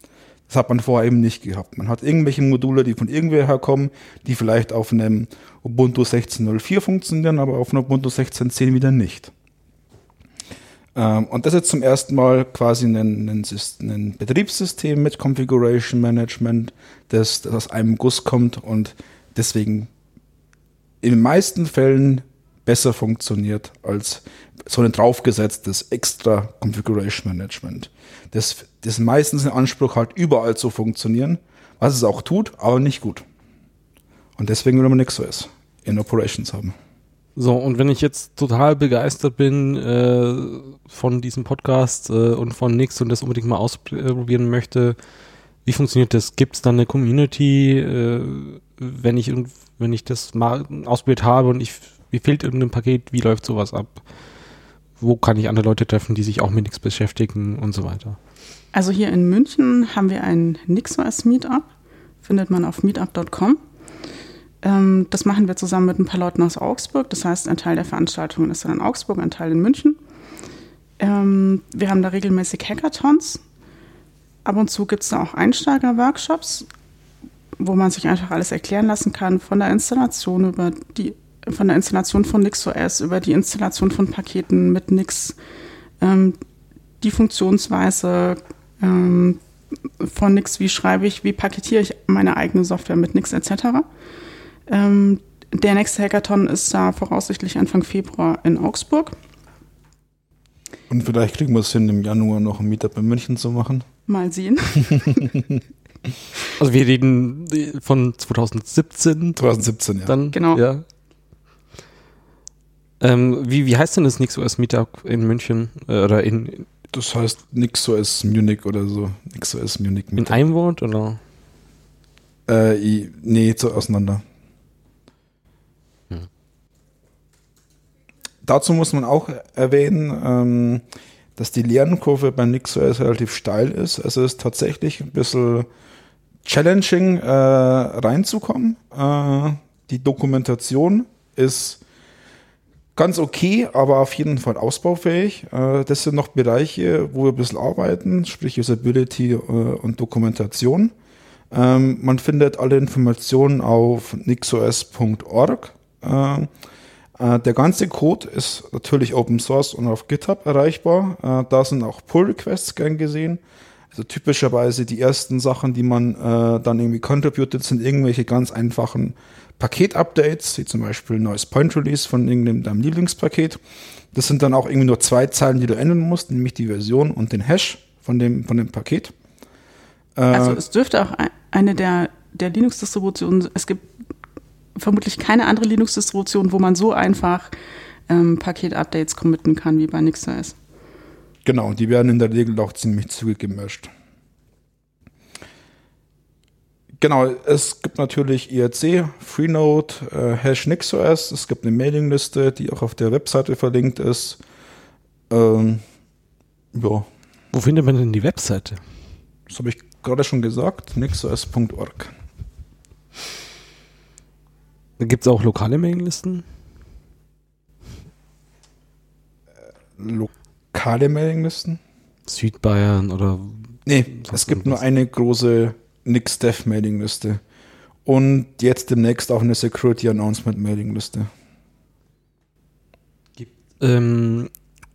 Das hat man vorher eben nicht gehabt. Man hat irgendwelche Module, die von irgendwoher herkommen, die vielleicht auf einem Ubuntu sechzehn Punkt null vier funktionieren, aber auf einem Ubuntu sechzehn Punkt zehn wieder nicht. Ähm, und das ist jetzt zum ersten Mal quasi ein, ein, ein Betriebssystem mit Configuration Management, das, das aus einem Guss kommt und deswegen in den meisten Fällen besser funktioniert als so ein draufgesetztes extra Configuration Management. Das, das meistens den Anspruch hat, überall zu funktionieren, was es auch tut, aber nicht gut. Und deswegen will man NixOS in Operations haben. So, und wenn ich jetzt total begeistert bin äh, von diesem Podcast äh, und von Nix und das unbedingt mal ausprobieren möchte, wie funktioniert das? Gibt es dann eine Community, äh, wenn ich wenn ich das mal ausprobiert habe und ich, mir fehlt irgendein Paket, wie läuft sowas ab? Wo kann ich andere Leute treffen, die sich auch mit Nix beschäftigen und so weiter? Also hier in München haben wir ein NixOS Meetup, findet man auf meetup punkt com. Ähm, das machen wir zusammen mit ein paar Leuten aus Augsburg. Das heißt, ein Teil der Veranstaltungen ist dann in Augsburg, ein Teil in München. Ähm, wir haben da regelmäßig Hackathons. Ab und zu gibt es da auch Einsteiger-Workshops, wo man sich einfach alles erklären lassen kann, von der Installation über die, von der Installation von NixOS, über die Installation von Paketen mit Nix, ähm, die Funktionsweise ähm, von Nix, wie schreibe ich, wie paketiere ich meine eigene Software mit Nix et cetera. Ähm, der nächste Hackathon ist da voraussichtlich Anfang Februar in Augsburg. Und vielleicht kriegen wir es hin, im Januar noch ein Meetup in München zu machen. Mal sehen. Also wir reden von zwanzig siebzehn. zwanzig siebzehn, ja. Dann, genau. Ja. Ähm, wie, wie heißt denn das NixOS Meetup in München? Äh, oder in, Das heißt NixOS Munich oder so. NixOS Munich in Meetup. einem Wort, oder? Äh, i- nee, so auseinander. Hm. Dazu muss man auch erwähnen, ähm, dass die Lernkurve bei NixOS relativ steil ist. Also es ist tatsächlich ein bisschen challenging, äh, reinzukommen. Äh, die Dokumentation ist ganz okay, aber auf jeden Fall ausbaufähig. Äh, das sind noch Bereiche, wo wir ein bisschen arbeiten, sprich Usability äh, und Dokumentation. Ähm, man findet alle Informationen auf nixos punkt org. Äh, äh, der ganze Code ist natürlich Open Source und auf GitHub erreichbar. Äh, da sind auch Pull-Requests gern gesehen. Also typischerweise die ersten Sachen, die man äh, dann irgendwie contributed, sind irgendwelche ganz einfachen Paket-Updates, wie zum Beispiel ein neues Point-Release von irgendeinem deinem Lieblingspaket. Das sind dann auch irgendwie nur zwei Zeilen, die du ändern musst, nämlich die Version und den Hash von dem, von dem Paket. Äh, Also es dürfte auch eine der, der Linux-Distributionen, es gibt vermutlich keine andere Linux-Distribution, wo man so einfach ähm, Paket-Updates committen kann wie bei NixOS. Genau, die werden in der Regel auch ziemlich zügig gemerged. Genau, es gibt natürlich I R C, Freenode, äh, Hash NixOS, es gibt eine Mailingliste, die auch auf der Webseite verlinkt ist. Ähm, ja. Wo findet man denn die Webseite? Das habe ich gerade schon gesagt, nixos punkt org. Gibt es auch lokale Mailinglisten? Lokale Mailinglisten? Südbayern oder... Nee, es gibt nur eine große Nix-Dev-Mailingliste. Und jetzt demnächst auch eine Security-Announcement-Mailingliste. Ähm,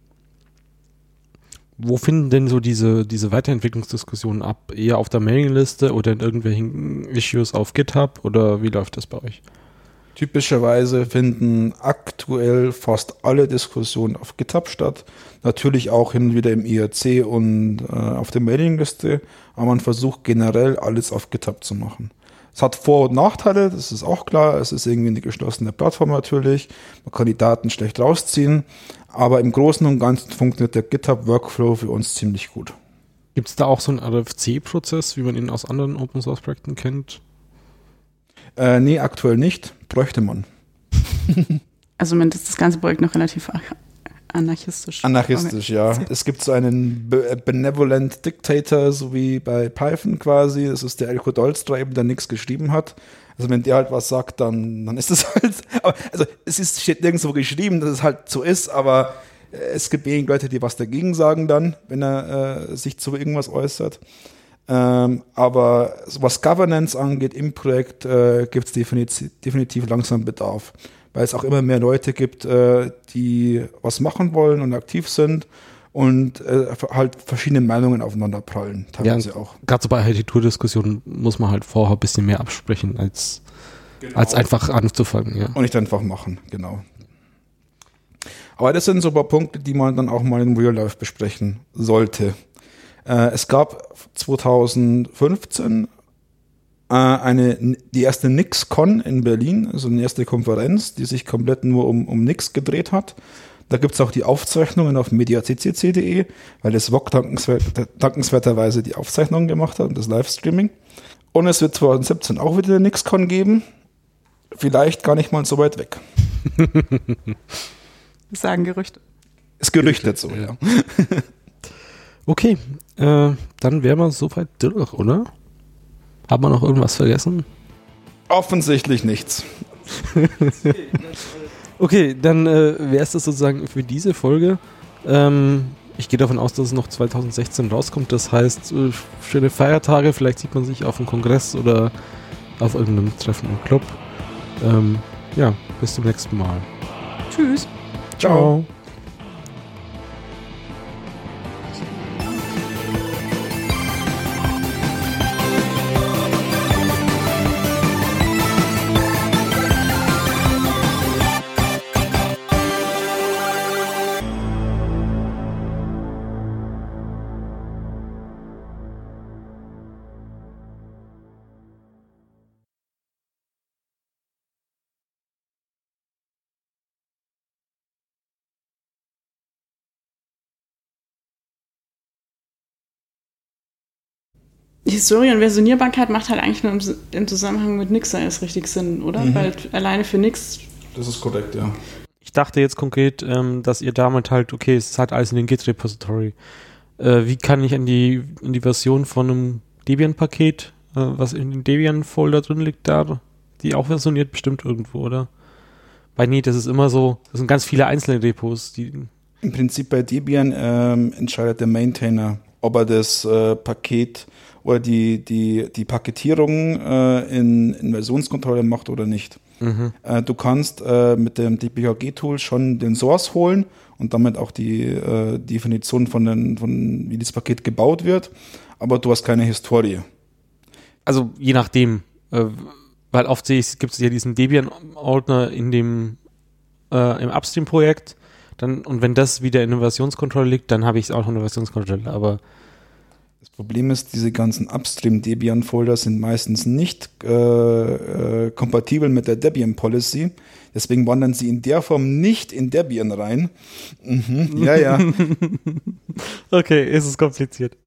wo finden denn so diese, diese Weiterentwicklungsdiskussionen ab? Eher auf der Mailingliste oder in irgendwelchen Issues auf GitHub? Oder wie läuft das bei euch? Typischerweise finden aktuell fast alle Diskussionen auf GitHub statt. Natürlich auch hin und wieder im I R C und äh, auf der Mailingliste. Aber man versucht generell alles auf GitHub zu machen. Es hat Vor- und Nachteile, das ist auch klar. Es ist irgendwie eine geschlossene Plattform natürlich. Man kann die Daten schlecht rausziehen. Aber im Großen und Ganzen funktioniert der GitHub-Workflow für uns ziemlich gut. Gibt es da auch so einen R F C-Prozess, wie man ihn aus anderen Open-Source-Projekten kennt? Äh, nee, aktuell nicht. Bräuchte man. Also zumindest ist das ganze Projekt noch relativ anarchistisch. Anarchistisch, ja. Es gibt so einen Be- Benevolent Dictator, so wie bei Python quasi. Das ist der Elko Dolstra eben, der nichts geschrieben hat. Also wenn der halt was sagt, dann, dann ist es halt, aber, also es ist, steht nirgendwo geschrieben, dass es halt so ist, aber äh, es gibt wenig Leute, die was dagegen sagen dann, wenn er äh, sich zu irgendwas äußert. Ähm, aber was Governance angeht im Projekt, äh, gibt es definitiv, definitiv langsam Bedarf, weil es auch immer mehr Leute gibt, äh, die was machen wollen und aktiv sind und äh, halt verschiedene Meinungen aufeinander prallen, teilweise ja, auch. Gerade so bei Architekturdiskussionen muss man halt vorher ein bisschen mehr absprechen, als, genau. als einfach anzufangen. Ja. Und nicht einfach machen, genau. Aber das sind so ein paar Punkte, die man dann auch mal in Real Life besprechen sollte. Äh, es gab zwanzig fünfzehn äh, eine, die erste NixCon in Berlin, also eine erste Konferenz, die sich komplett nur um, um Nix gedreht hat. Da gibt es auch die Aufzeichnungen auf mediaccc punkt de, weil das W O C dankenswert, dankenswerterweise die Aufzeichnungen gemacht hat und das Livestreaming. Und es wird zwanzig siebzehn auch wieder eine NixCon geben. Vielleicht gar nicht mal so weit weg. Das sagen Gerüchte. Ist gerüchtet so, ja. Okay, äh, dann wären wir soweit durch, oder? Haben wir noch irgendwas vergessen? Offensichtlich nichts. Okay, dann äh, wäre es das sozusagen für diese Folge. Ähm, ich gehe davon aus, dass es noch zwanzig sechzehn rauskommt. Das heißt, äh, schöne Feiertage. Vielleicht sieht man sich auf einem Kongress oder auf irgendeinem Treffen im Club. Ähm, ja, bis zum nächsten Mal. Tschüss. Ciao. Historie und Versionierbarkeit macht halt eigentlich nur im, im Zusammenhang mit Nix erst richtig Sinn, oder? Mhm. Weil alleine für Nix. Das ist korrekt, ja. Ich dachte jetzt konkret, ähm, dass ihr damit halt, okay, es ist halt alles in den Git-Repository. Äh, wie kann ich an die, an die Version von einem Debian-Paket, äh, was in dem Debian-Folder drin liegt, da, die auch versioniert bestimmt irgendwo, oder? Weil nee, das ist immer so, das sind ganz viele einzelne Repos, die. Im Prinzip bei Debian ähm, entscheidet der Maintainer, ob er das äh, Paket oder die, die, die Paketierung äh, in, in Versionskontrolle macht oder nicht. Mhm. Äh, du kannst äh, mit dem D P K G-Tool schon den Source holen und damit auch die äh, Definition von, den, von wie das Paket gebaut wird, aber du hast keine Historie. Also je nachdem, äh, weil oft sehe ich, gibt es ja diesen Debian-Ordner in dem äh, im Upstream-Projekt, dann, und wenn das wieder in einer Versionskontrolle liegt, dann habe ich es auch noch in der Versionskontrolle, aber das Problem ist, diese ganzen Upstream-Debian-Folder sind meistens nicht äh, äh, kompatibel mit der Debian-Policy. Deswegen wandern sie in der Form nicht in Debian rein. Mhm. Ja, ja. Okay, ist es kompliziert.